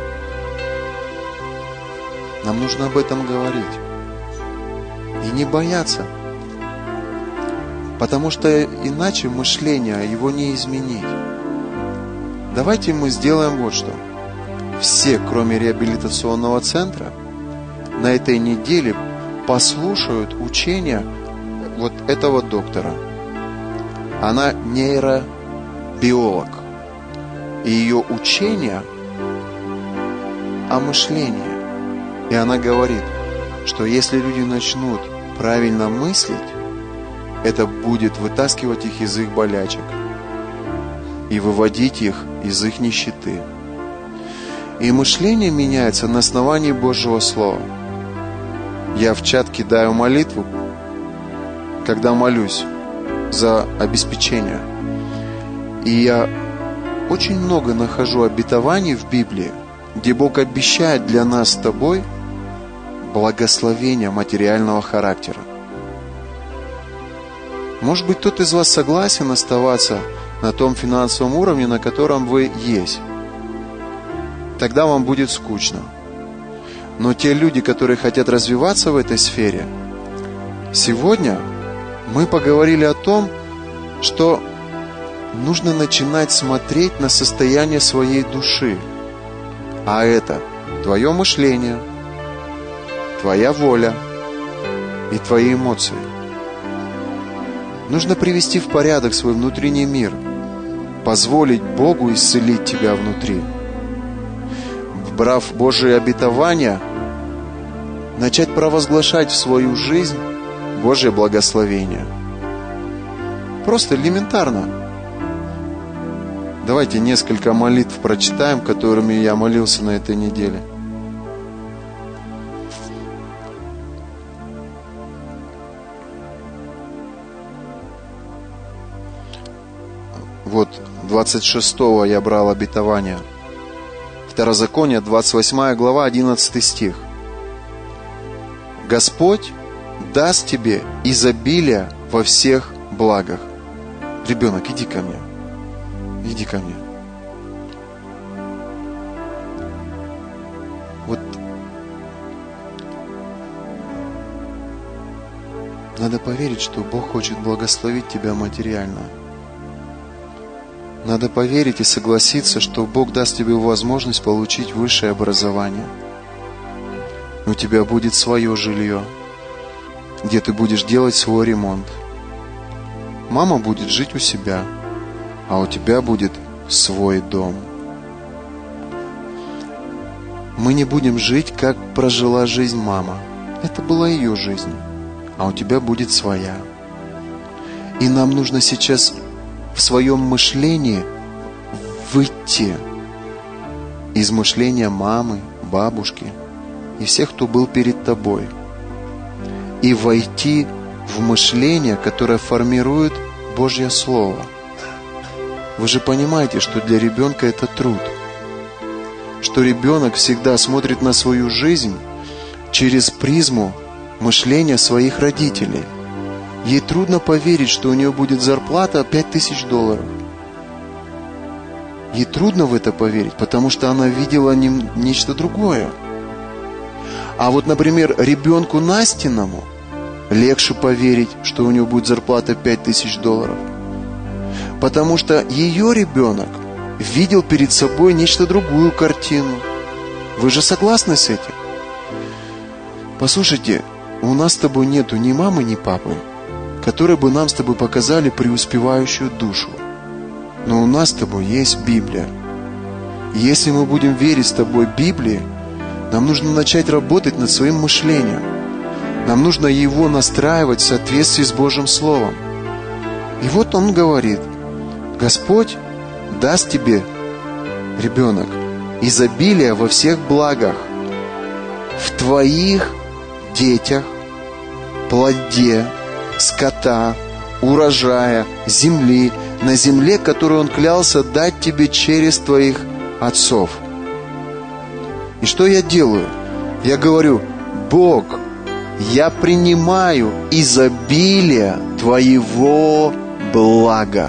Нам нужно об этом говорить. И не бояться. Потому что иначе мышление, его не изменить. Давайте мы сделаем вот что. Все, кроме реабилитационного центра, на этой неделе послушают учения вот этого доктора. Она нейробиолог. И ее учение о мышлении. И она говорит, что если люди начнут правильно мыслить, это будет вытаскивать их из их болячек и выводить их из их нищеты. И мышление меняется на основании Божьего Слова. Я в чат кидаю молитву, когда молюсь за обеспечение. И я очень много нахожу обетований в Библии, где Бог обещает для нас с тобой благословение материального характера. Может быть, кто-то из вас согласен оставаться на том финансовом уровне, на котором вы есть. Тогда вам будет скучно. Но те люди, которые хотят развиваться в этой сфере, сегодня мы поговорили о том, что нужно начинать смотреть на состояние своей души. А это твое мышление, твоя воля и твои эмоции. Нужно привести в порядок свой внутренний мир, позволить Богу исцелить тебя внутри. Брав Божие обетования, начать провозглашать в свою жизнь Божье благословение. Просто элементарно. Давайте несколько молитв прочитаем, которыми я молился на этой неделе. Вот, двадцать шестого я брал обетование. Второзаконие, двадцать восьмая глава, одиннадцатый стих. Господь даст тебе изобилие во всех благах. Ребенок, иди ко мне. Иди ко мне. Вот надо поверить, что Бог хочет благословить тебя материально. Надо поверить и согласиться, что Бог даст тебе возможность получить высшее образование. У тебя будет свое жилье, где ты будешь делать свой ремонт. Мама будет жить у себя, а у тебя будет свой дом. Мы не будем жить, как прожила жизнь мама. Это была ее жизнь, а у тебя будет своя. И нам нужно сейчас в своем мышлении выйти из мышления мамы, бабушки и всех, кто был перед тобой, и войти в мышление, которое формирует Божье Слово. Вы же понимаете, что для ребенка это труд, что ребенок всегда смотрит на свою жизнь через призму мышления своих родителей. Ей трудно поверить, что у нее будет зарплата пять тысяч долларов. Ей трудно в это поверить, потому что она видела не, нечто другое. А вот, например, ребенку Настиному легче поверить, что у него будет зарплата пять тысяч долларов. Потому что ее ребенок видел перед собой нечто другую картину. Вы же согласны с этим? Послушайте, у нас с тобой нету ни мамы, ни папы, которые бы нам с тобой показали преуспевающую душу. Но у нас с тобой есть Библия. И если мы будем верить с тобой Библии, нам нужно начать работать над своим мышлением. Нам нужно его настраивать в соответствии с Божьим Словом. И вот он говорит: Господь даст тебе, ребенок, изобилие во всех благах, в твоих детях, плоде, скота, урожая, земли, на земле, которую Он клялся дать тебе через твоих отцов. И что я делаю? Я говорю: Бог, я принимаю изобилие Твоего блага.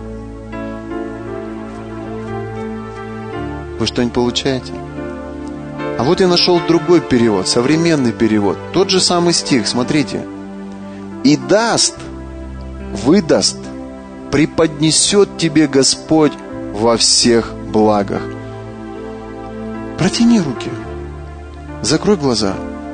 Вы что-нибудь получаете? А вот я нашел другой перевод, современный перевод. Тот же самый стих, смотрите. И даст, выдаст, преподнесет тебе Господь во всех благах. Протяни руки, закрой глаза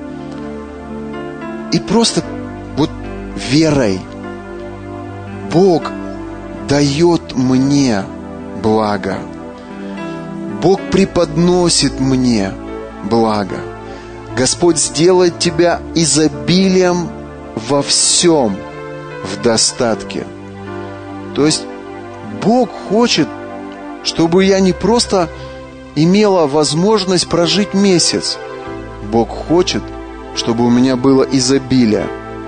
и просто вот верой: Бог дает мне благо, Бог преподносит мне благо. Господь сделает тебя изобилием во всем, в достатке. То есть Бог хочет, чтобы я не просто имела возможность прожить месяц. Бог хочет, чтобы у меня было изобилие.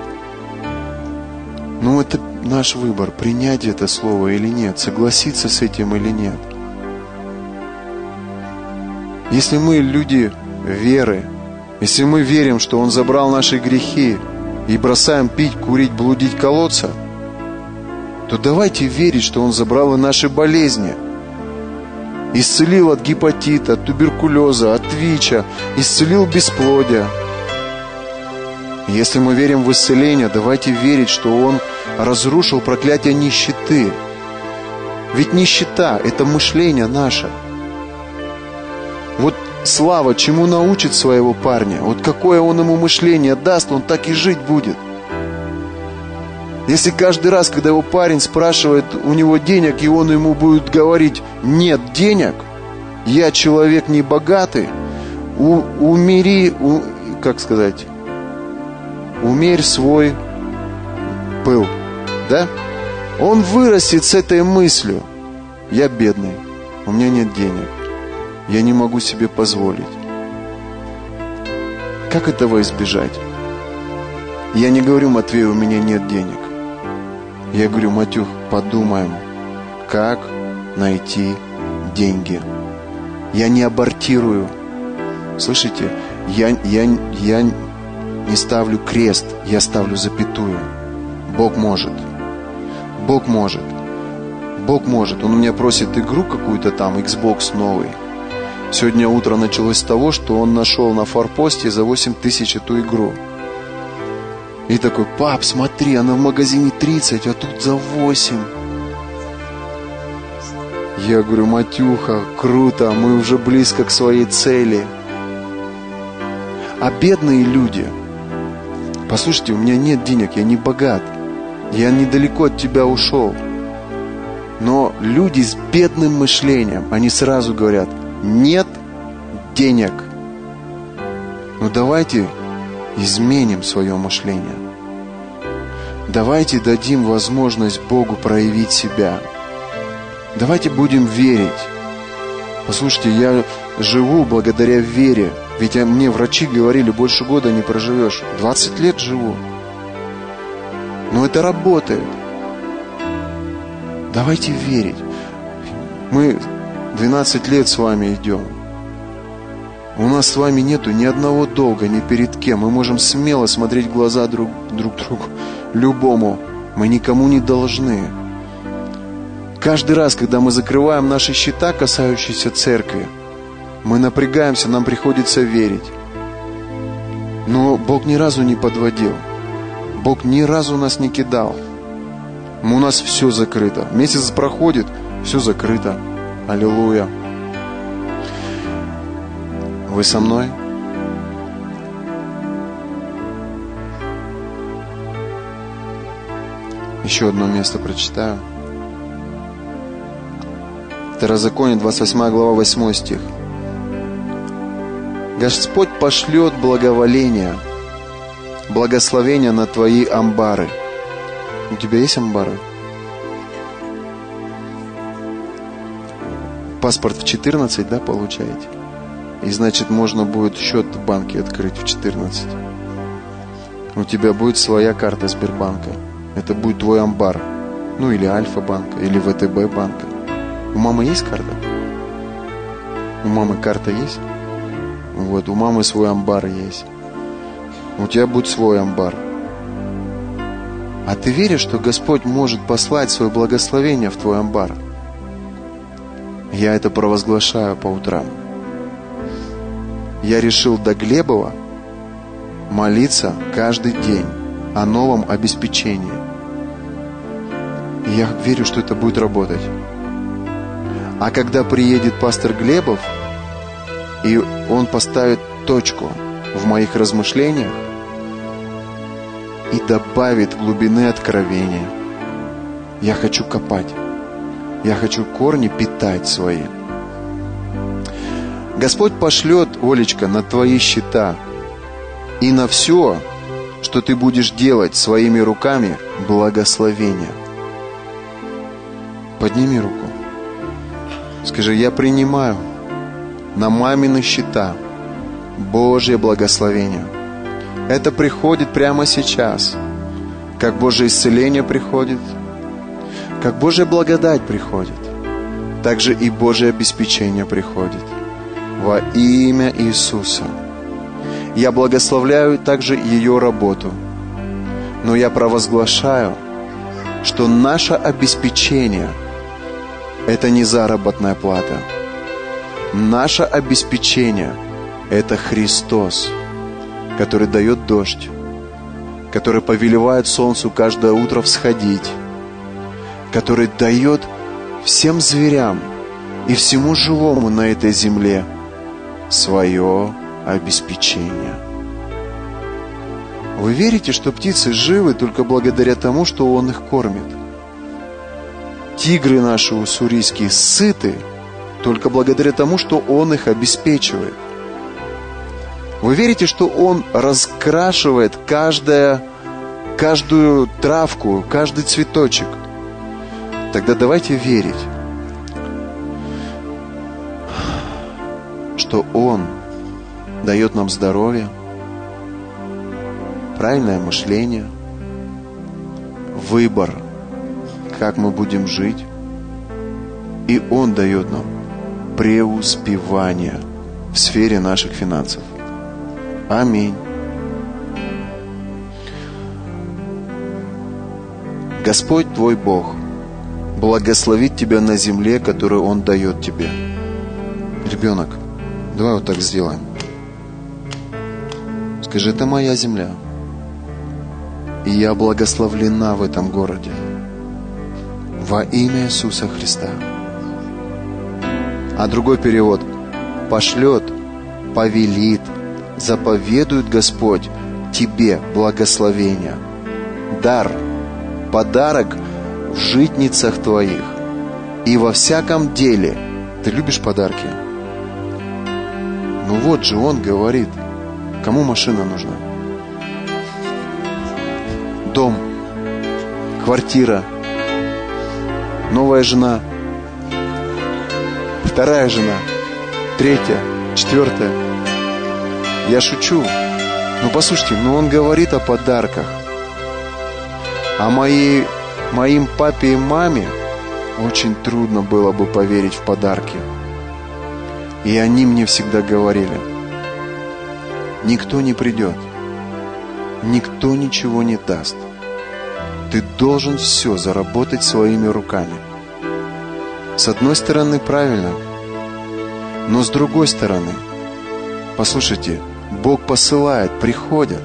Ну, это наш выбор, принять это слово или нет, согласиться с этим или нет. Если мы люди веры, если мы верим, что Он забрал наши грехи и бросаем пить, курить, блудить, колоться, то давайте верить, что Он забрал и наши болезни. Исцелил от гепатита, от туберкулеза, от ВИЧа, исцелил бесплодие. Если мы верим в исцеление, давайте верить, что Он разрушил проклятие нищеты. Ведь нищета – это мышление наше. Вот Слава чему научит своего парня? Вот какое он ему мышление даст, он так и жить будет. Если каждый раз, когда его парень спрашивает у него денег, и он ему будет говорить: нет денег, я человек не богатый, у, умери, у, как сказать, умерь свой пыл, да? Он вырастет с этой мыслью: я бедный, у меня нет денег, я не могу себе позволить. Как этого избежать? Я не говорю: Матвей, у меня нет денег. Я говорю: Матюх, подумаем, как найти деньги. Я не абортирую. Слышите? Я, я, я не ставлю крест, я ставлю запятую. Бог может. Бог может. Бог может. Он у меня просит игру какую-то там, Xbox новый. Сегодня утро началось с того, что он нашел на форпосте за восемь тысяч эту игру. И такой: пап, смотри, она в магазине тридцать, а тут за восемь. Я говорю: Матюха, круто, мы уже близко к своей цели. А бедные люди, послушайте, у меня нет денег, я не богат, я недалеко от тебя ушел. Но люди с бедным мышлением, они сразу говорят: нет денег. Ну давайте изменим свое мышление. Давайте дадим возможность Богу проявить себя. Давайте будем верить. Послушайте, я живу благодаря вере. Ведь мне врачи говорили: больше года не проживешь. двадцать лет живу. Но это работает. Давайте верить. Мы двенадцать лет с вами идем. У нас с вами нету ни одного долга, ни перед кем. Мы можем смело смотреть в глаза друг, друг другу, любому. Мы никому не должны. Каждый раз, когда мы закрываем наши счета, касающиеся церкви, мы напрягаемся, нам приходится верить. Но Бог ни разу не подводил. Бог ни разу нас не кидал. У нас все закрыто. Месяц проходит, все закрыто. Аллилуйя. Вы со мной? Еще одно место прочитаю. Второзаконие, двадцать восьмая глава, восьмой стих. Господь пошлет благоволение, благословение на твои амбары. У тебя есть амбары? Паспорт в четырнадцать, да, получаете? И значит, можно будет счет в банке открыть в четырнадцать. У тебя будет своя карта Сбербанка. Это будет твой амбар. Ну или Альфа-банка, или ВТБ-банка. У мамы есть карта? У мамы карта есть? Вот, у мамы свой амбар есть. У тебя будет свой амбар. А ты веришь, что Господь может послать свое благословение в твой амбар? Я это провозглашаю по утрам. Я решил до Глебова молиться каждый день о новом обеспечении. И я верю, что это будет работать. А когда приедет пастор Глебов, и он поставит точку в моих размышлениях и добавит глубины откровения, я хочу копать. Я хочу корни питать свои. Господь пошлет, Олечка, на твои счета и на все, что ты будешь делать своими руками, благословение. Подними руку. Скажи: я принимаю на мамины счета Божье благословение. Это приходит прямо сейчас. Как Божье исцеление приходит, как Божья благодать приходит, так же и Божье обеспечение приходит. Во имя Иисуса. Я благословляю также ее работу. Но я провозглашаю, что наше обеспечение – это не заработная плата. Наше обеспечение – это Христос, который дает дождь, который повелевает солнцу каждое утро всходить, который дает всем зверям и всему живому на этой земле свое обеспечение. Вы верите, что птицы живы только благодаря тому, что Он их кормит? Тигры наши уссурийские сыты только благодаря тому, что Он их обеспечивает. Вы верите, что Он раскрашивает каждое, каждую травку, каждый цветочек? Тогда давайте верить, что Он дает нам здоровье, правильное мышление, выбор, как мы будем жить, и Он дает нам преуспевание в сфере наших финансов. Аминь. Господь твой Бог благословит тебя на земле, которую Он дает тебе. Ребенок, давай вот так сделаем. Скажи, это моя земля, и я благословлена в этом городе. Во имя Иисуса Христа. А другой перевод: пошлет, повелит, заповедует Господь тебе благословение, дар, подарок в житницах твоих и во всяком деле. Ты любишь подарки? Ну вот же Он говорит. Кому машина нужна? Дом, квартира, новая жена, вторая жена, третья, четвертая. Я шучу. Но послушайте, но Он говорит о подарках. А мои, моим папе и маме очень трудно было бы поверить в подарки. И они мне всегда говорили: никто не придет, никто ничего не даст. Ты должен все заработать своими руками. С одной стороны, правильно, но с другой стороны, послушайте, Бог посылает, приходят.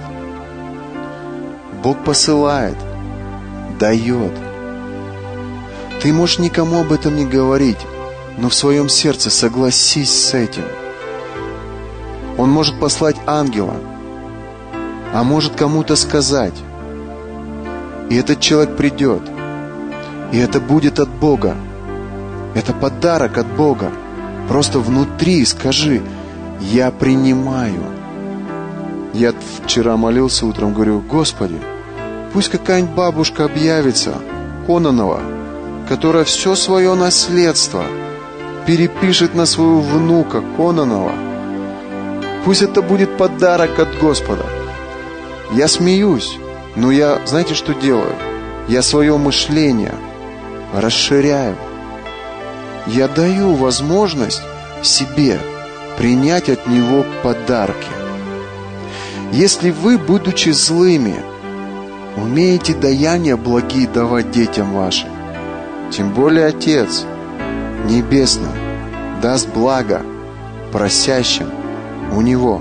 Бог посылает, дает. Ты можешь никому об этом не говорить, но в своем сердце согласись с этим. Он может послать ангела, а может кому-то сказать. И этот человек придет. И это будет от Бога. Это подарок от Бога. Просто внутри скажи: я принимаю. Я вчера молился утром, говорю: Господи, пусть какая-нибудь бабушка объявится, Кононова, которая все свое наследство перепишет на своего внука Кононова. Пусть это будет подарок от Господа. Я смеюсь, но я, знаете, что делаю? Я свое мышление расширяю. Я даю возможность себе принять от Него подарки. Если вы, будучи злыми, умеете даяния благие давать детям вашим, тем более Отец Небесный даст благо просящим у Него.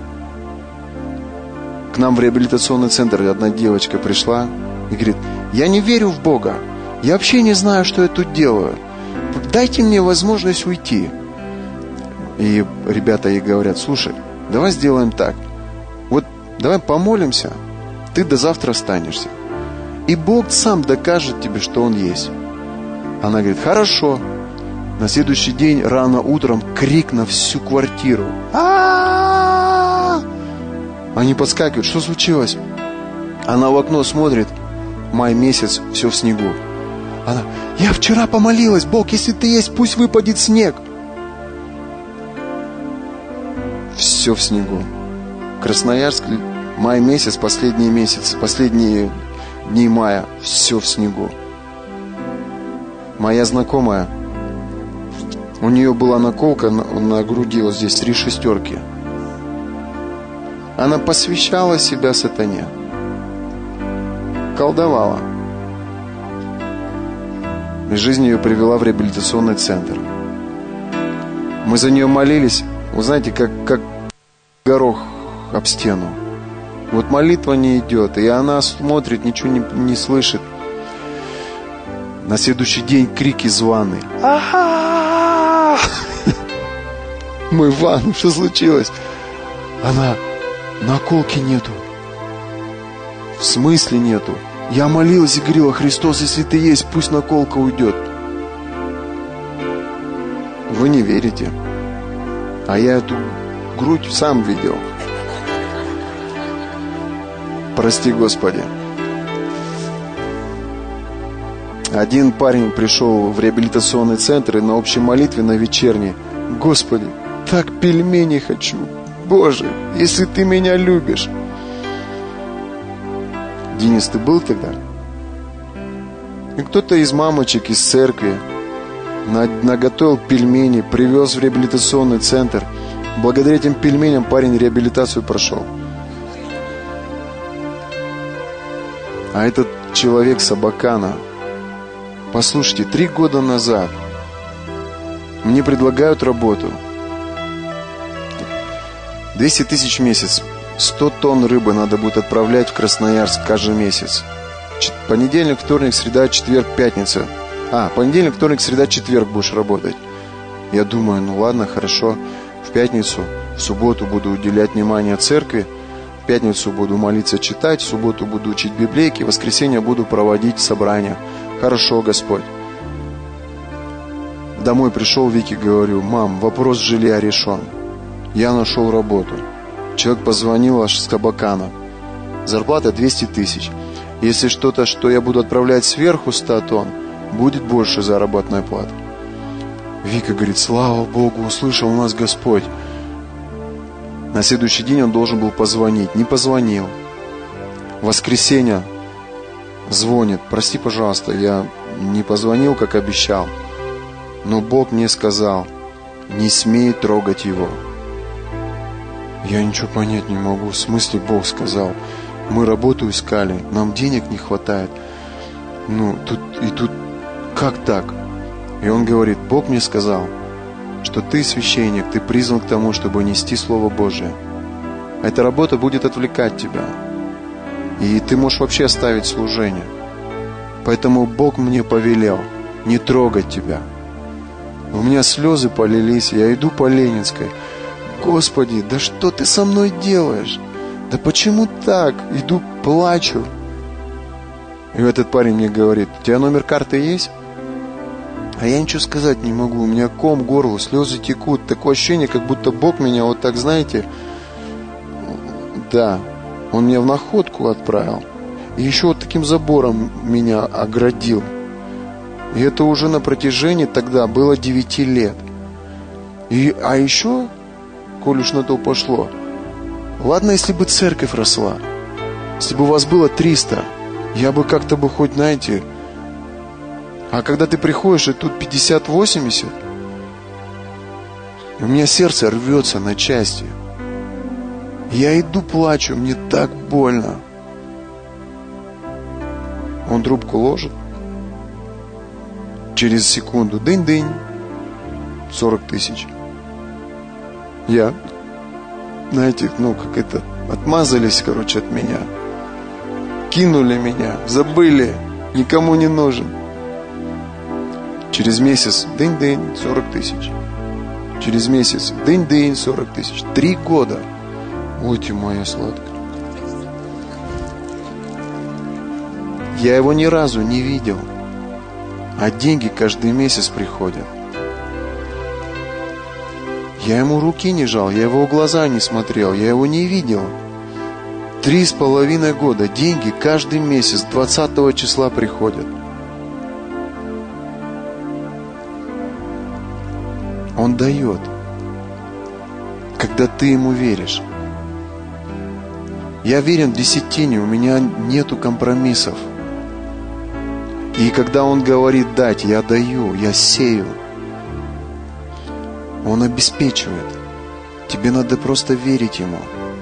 К нам в реабилитационный центр одна девочка пришла и говорит: я не верю в Бога, я вообще не знаю, что я тут делаю, дайте мне возможность уйти. И ребята ей говорят: слушай, давай сделаем так, вот давай помолимся, ты до завтра останешься, и Бог сам докажет тебе, что Он есть. Она говорит: хорошо. На следующий день рано утром крик на всю квартиру. А-а-а! Они подскакивают: что случилось? Она в окно смотрит, май месяц, все в снегу. Она: я вчера помолилась: Бог, если Ты есть, пусть выпадет снег. Все в снегу. Красноярск, май месяц, последний месяц, последние дни мая, все в снегу. Моя знакомая, у нее была наколка на, на груди, вот здесь три шестерки. Она посвящала себя сатане, колдовала. И жизнь ее привела в реабилитационный центр. Мы за нее молились, вы знаете, как, как горох об стену. Вот молитва не идет, и она смотрит, ничего не, не слышит. На следующий день крики из ванны. А-а-а! Мы в ванну, что случилось? Она: наколки нету. В смысле нету? Я молилась и говорила: Христос, если ты есть, пусть наколка уйдет. Вы не верите. А я эту грудь сам видел. Прости, Господи. Один парень пришел в реабилитационный центр и на общей молитве, на вечерней: Господи, так пельмени хочу. Боже, если ты меня любишь. Денис, ты был тогда? И кто-то из мамочек из церкви наготовил пельмени, привез в реабилитационный центр. Благодаря этим пельменям парень реабилитацию прошел. А этот человек с Абакана, послушайте, три года назад мне предлагают работу. двести тысяч в месяц. сто тонн рыбы надо будет отправлять в Красноярск каждый месяц. Понедельник, вторник, среда, четверг, пятница. А, понедельник, вторник, среда, четверг будешь работать. Я думаю, ну ладно, хорошо. В пятницу, в субботу буду уделять внимание церкви. В пятницу буду молиться, читать. В субботу буду учить библейки. В воскресенье буду проводить собрания. Хорошо, Господь. Домой пришел, Вике говорю: мам, вопрос жилья решен. Я нашел работу. Человек позвонил аж с Кабакана. Зарплата двести тысяч. Если что-то, что я буду отправлять сверху ста тонн, будет больше заработная плата. Вика говорит: слава Богу, услышал нас Господь. На следующий день он должен был позвонить. Не позвонил. В воскресенье звонит: прости, пожалуйста, я не позвонил, как обещал. Но Бог мне сказал: не смей трогать его. Я ничего понять не могу. В смысле Бог сказал? Мы работу искали, нам денег не хватает. Ну, тут и тут как так? И он говорит: Бог мне сказал, что ты священник, ты призван к тому, чтобы нести Слово Божие. Эта работа будет отвлекать тебя. И ты можешь вообще оставить служение. Поэтому Бог мне повелел не трогать тебя. У меня слезы полились, я иду по Ленинской. Господи, да что ты со мной делаешь? Да почему так? Иду, плачу. И этот парень мне говорит: у тебя номер карты есть? А я ничего сказать не могу. У меня ком в горло, слезы текут. Такое ощущение, как будто Бог меня вот так, знаете, да, Он меня в находку отправил. И еще вот таким забором меня оградил. И это уже на протяжении тогда было девяти лет. И, а еще, коль уж на то пошло, ладно, если бы церковь росла, если бы у вас было триста, я бы как-то бы хоть, знаете. А когда ты приходишь, и тут пятьдесят-восемьдесят, у меня сердце рвется на части. Я иду, плачу, мне так больно. Он трубку ложит. Через секунду дынь-дынь, сорок тысяч. Я, знаете, ну как это, отмазались, короче, от меня. Кинули меня, забыли, никому не нужен. Через месяц дынь-дынь, сорок тысяч. Через месяц дынь-дынь, сорок тысяч. Три года. Ой, ты моя сладкая. Я его ни разу не видел. А деньги каждый месяц приходят. Я ему руки не жал, я его в глаза не смотрел, я его не видел. Три с половиной года деньги каждый месяц двадцатого числа приходят. Он дает, когда ты ему веришь. Я верен в десятине, у меня нету компромиссов. И когда Он говорит дать, я даю, я сею. Он обеспечивает. Тебе надо просто верить Ему.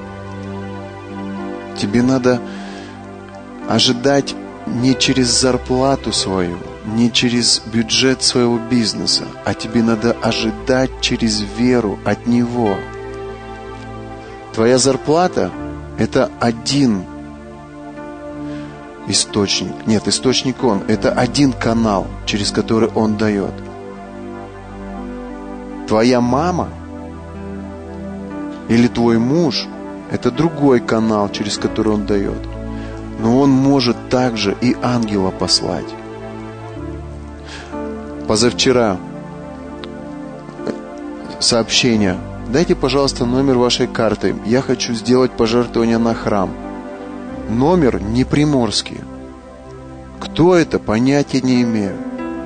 Тебе надо ожидать не через зарплату свою, не через бюджет своего бизнеса, а тебе надо ожидать через веру от Него. Твоя зарплата – это один источник. Нет, источник Он. Это один канал, через который Он дает. Твоя мама или твой муж – это другой канал, через который Он дает. но Он может также и ангела послать. Позавчера сообщение: дайте, пожалуйста, номер вашей карты. Я хочу сделать пожертвование на храм. Номер не приморский. Кто это? Понятия не имею.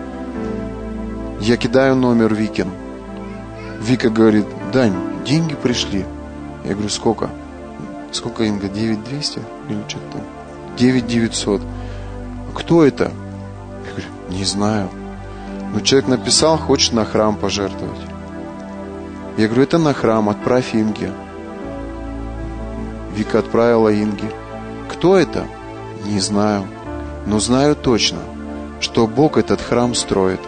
Я кидаю номер Викин. Вика говорит: Дань, деньги пришли. Я говорю: сколько? Сколько, Инга? девять тысяч двести? Или что-то там? девять тысяч девятьсот. Кто это? Я говорю: не знаю. Ну, человек написал, хочет на храм пожертвовать. Я говорю: это на храм, отправь Инге. Вика отправила Инге. Кто это? Не знаю. Но знаю точно, что Бог этот храм строит.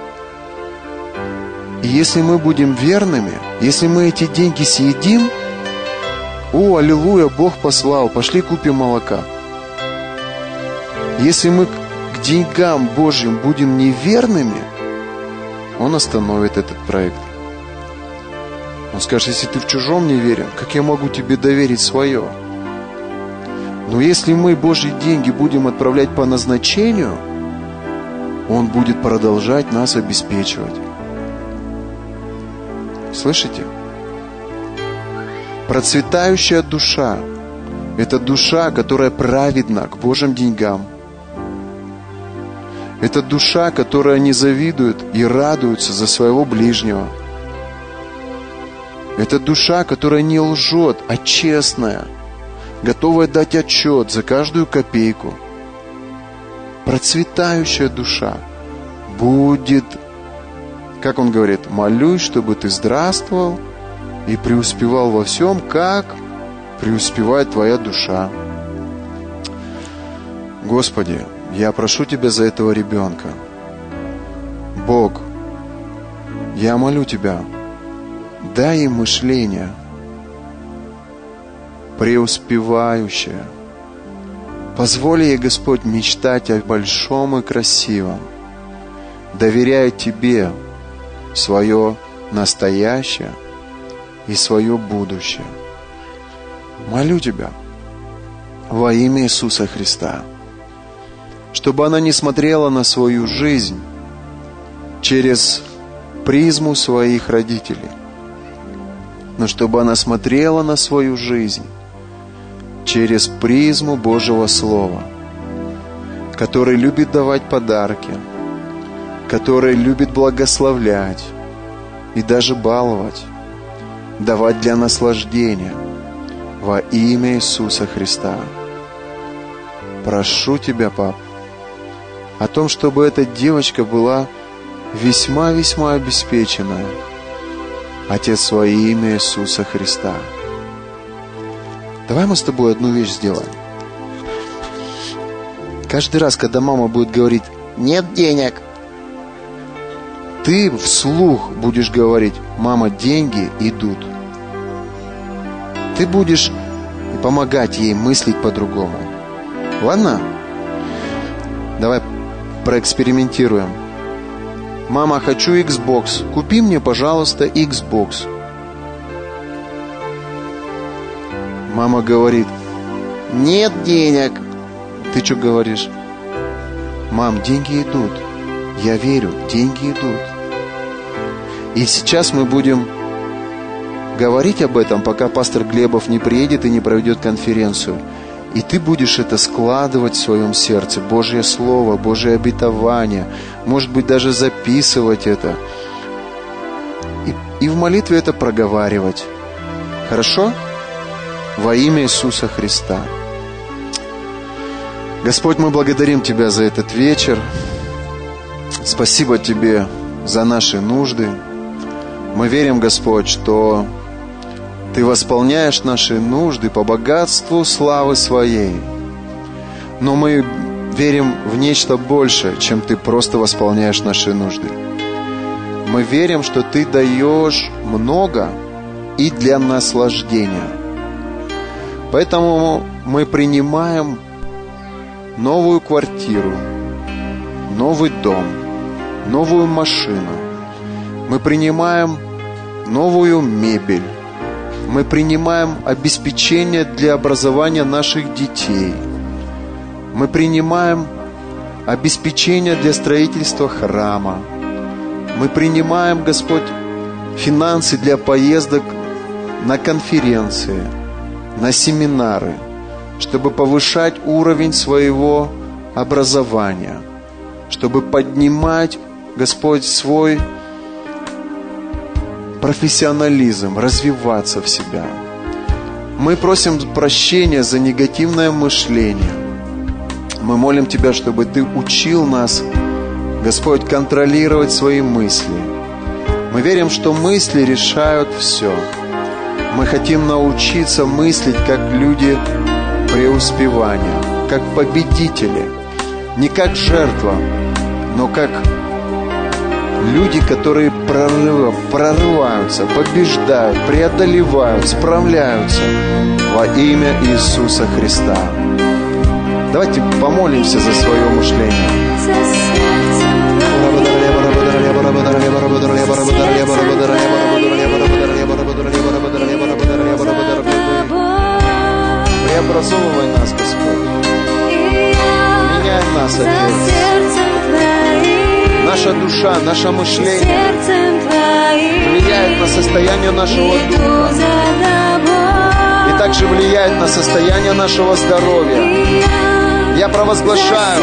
И если мы будем верными, если мы эти деньги съедим, о, аллилуйя, Бог послал, пошли купим молока. Если мы к деньгам Божьим будем неверными, Он остановит этот проект. Он скажет: если ты в чужом не верен, как я могу тебе доверить свое? Но если мы Божьи деньги будем отправлять по назначению, Он будет продолжать нас обеспечивать. Слышите? Процветающая душа – это душа, которая праведна к Божьим деньгам. Это душа, которая не завидует и радуется за своего ближнего. Это душа, которая не лжет, а честная, готовая дать отчет за каждую копейку. Процветающая душа будет, как он говорит, молюсь, чтобы ты здравствовал и преуспевал во всем, как преуспевает твоя душа. Господи, я прошу Тебя за этого ребенка. Бог, я молю Тебя, дай им мышление преуспевающее. Позволь ей, Господь, мечтать о большом и красивом, доверяя Тебе свое настоящее и свое будущее. Молю Тебя во имя Иисуса Христа, чтобы она не смотрела на свою жизнь через призму своих родителей, но чтобы она смотрела на свою жизнь через призму Божьего Слова, который любит давать подарки, который любит благословлять и даже баловать, давать для наслаждения во имя Иисуса Христа. Прошу Тебя, Пап, о том, чтобы эта девочка была весьма-весьма обеспеченная. Отец, во имя Иисуса Христа. Давай мы с тобой одну вещь сделаем. Каждый раз, когда мама будет говорить «нет денег», ты вслух будешь говорить: «Мама, деньги идут». Ты будешь помогать ей мыслить по-другому. Ладно? Давай проэкспериментируем. «Мама, хочу Xbox. Купи мне, пожалуйста, Xbox». Мама говорит: «Нет денег». Ты что говоришь? «Мам, деньги идут. Я верю, деньги идут». И сейчас мы будем говорить об этом, пока пастор Глебов не приедет и не проведет конференцию. И ты будешь это складывать в своем сердце, Божье Слово, Божье обетование, может быть, даже записывать это. И, и в молитве это проговаривать. Хорошо? Во имя Иисуса Христа. Господь, мы благодарим Тебя за этот вечер. Спасибо Тебе за наши нужды. Мы верим, Господь, что Ты восполняешь наши нужды по богатству славы Своей. Но мы верим в нечто большее, чем Ты просто восполняешь наши нужды. Мы верим, что Ты даешь много и для наслаждения. Поэтому мы принимаем новую квартиру, новый дом, новую машину. Мы принимаем новую мебель. Мы принимаем обеспечение для образования наших детей. Мы принимаем обеспечение для строительства храма. Мы принимаем, Господь, финансы для поездок на конференции, на семинары, чтобы повышать уровень своего образования, чтобы поднимать, Господь, свой профессионализм, развиваться в себя. Мы просим прощения за негативное мышление. Мы молим Тебя, чтобы Ты учил нас, Господь, контролировать свои мысли. Мы верим, что мысли решают все. Мы хотим научиться мыслить как люди преуспевания, как победители, не как жертва, но как люди, которые прорыв, прорываются, побеждают, преодолевают, справляются во имя Иисуса Христа. Давайте помолимся за свое мышление. Преобразовывай нас, Господь. Меняй нас, Отец. Наша душа, наше мышление влияет на состояние нашего духа и также влияет на состояние нашего здоровья. Я провозглашаю.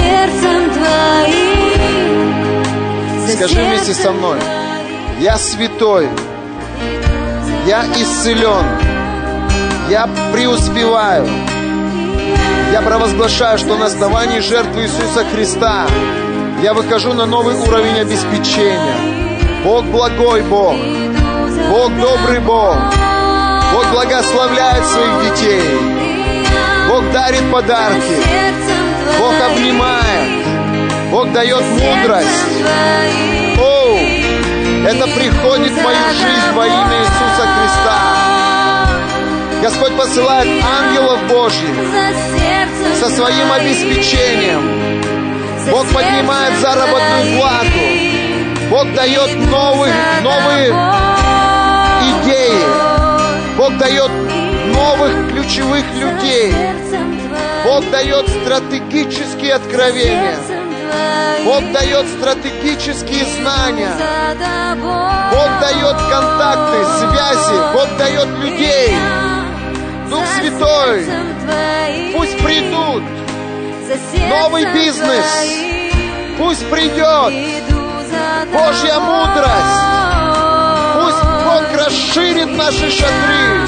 Скажи вместе со мной: я святой, я исцелен, я преуспеваю. Я провозглашаю, что на основании жертвы Иисуса Христа я выхожу на новый уровень обеспечения. Бог благой Бог, Бог добрый Бог, Бог благословляет своих детей, Бог дарит подарки, Бог обнимает, Бог дает мудрость. О, это приходит в мою жизнь во имя Иисуса Христа. Господь посылает ангелов Божьих со своим обеспечением. Бог поднимает заработную плату. Бог дает новые, новые идеи. Бог дает новых ключевых людей. Бог дает стратегические откровения. Бог дает стратегические знания. Бог дает контакты, связи. Бог дает людей. Дух Святой, пусть придут. Новый бизнес, пусть придет. Божья мудрость, пусть Бог расширит наши шатры.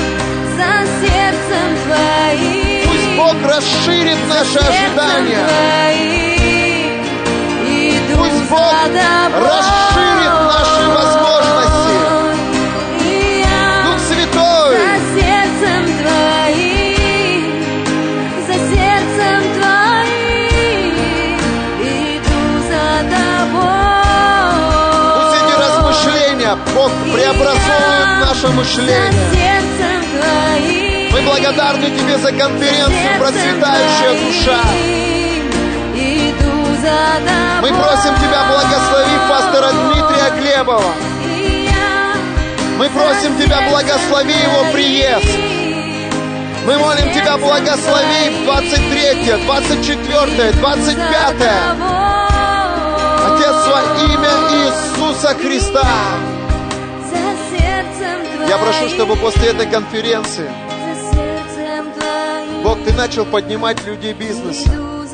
Пусть Бог расширит наши ожидания. Пусть Бог расширит наши возможности. Дух Святой, Бог преобразует наше мышление. Мы благодарны Тебе за конференцию «Процветающая душа». Мы просим Тебя, благослови пастора Дмитрия Глебова. Мы просим Тебя, благослови его приезд. Мы молим Тебя, благослови двадцать третье, двадцать четвёртое, двадцать пятое. Отец, во имя Иисуса Христа. Я прошу, чтобы после этой конференции, Бог, Ты начал поднимать людей бизнеса.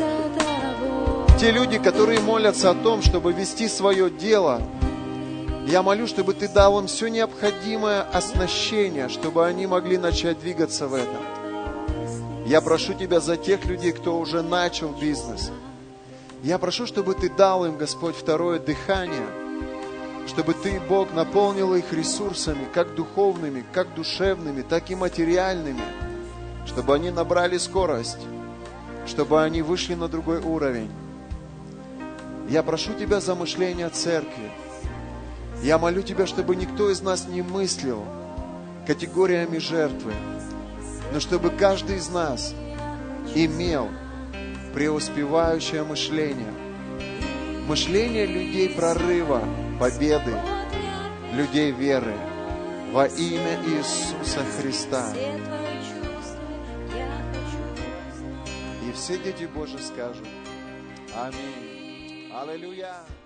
Те люди, которые молятся о том, чтобы вести свое дело. Я молю, чтобы Ты дал им все необходимое оснащение, чтобы они могли начать двигаться в этом. Я прошу Тебя за тех людей, кто уже начал бизнес. Я прошу, чтобы Ты дал им, Господь, второе дыхание, чтобы Ты, Бог, наполнил их ресурсами, как духовными, как душевными, так и материальными, чтобы они набрали скорость, чтобы они вышли на другой уровень. Я прошу Тебя за мышление церкви. Я молю Тебя, чтобы никто из нас не мыслил категориями жертвы, но чтобы каждый из нас имел преуспевающее мышление. Мышление людей прорыва, победы, людей веры во имя Иисуса Христа. И Все дети Божьи скажут. Аминь. Аллилуйя.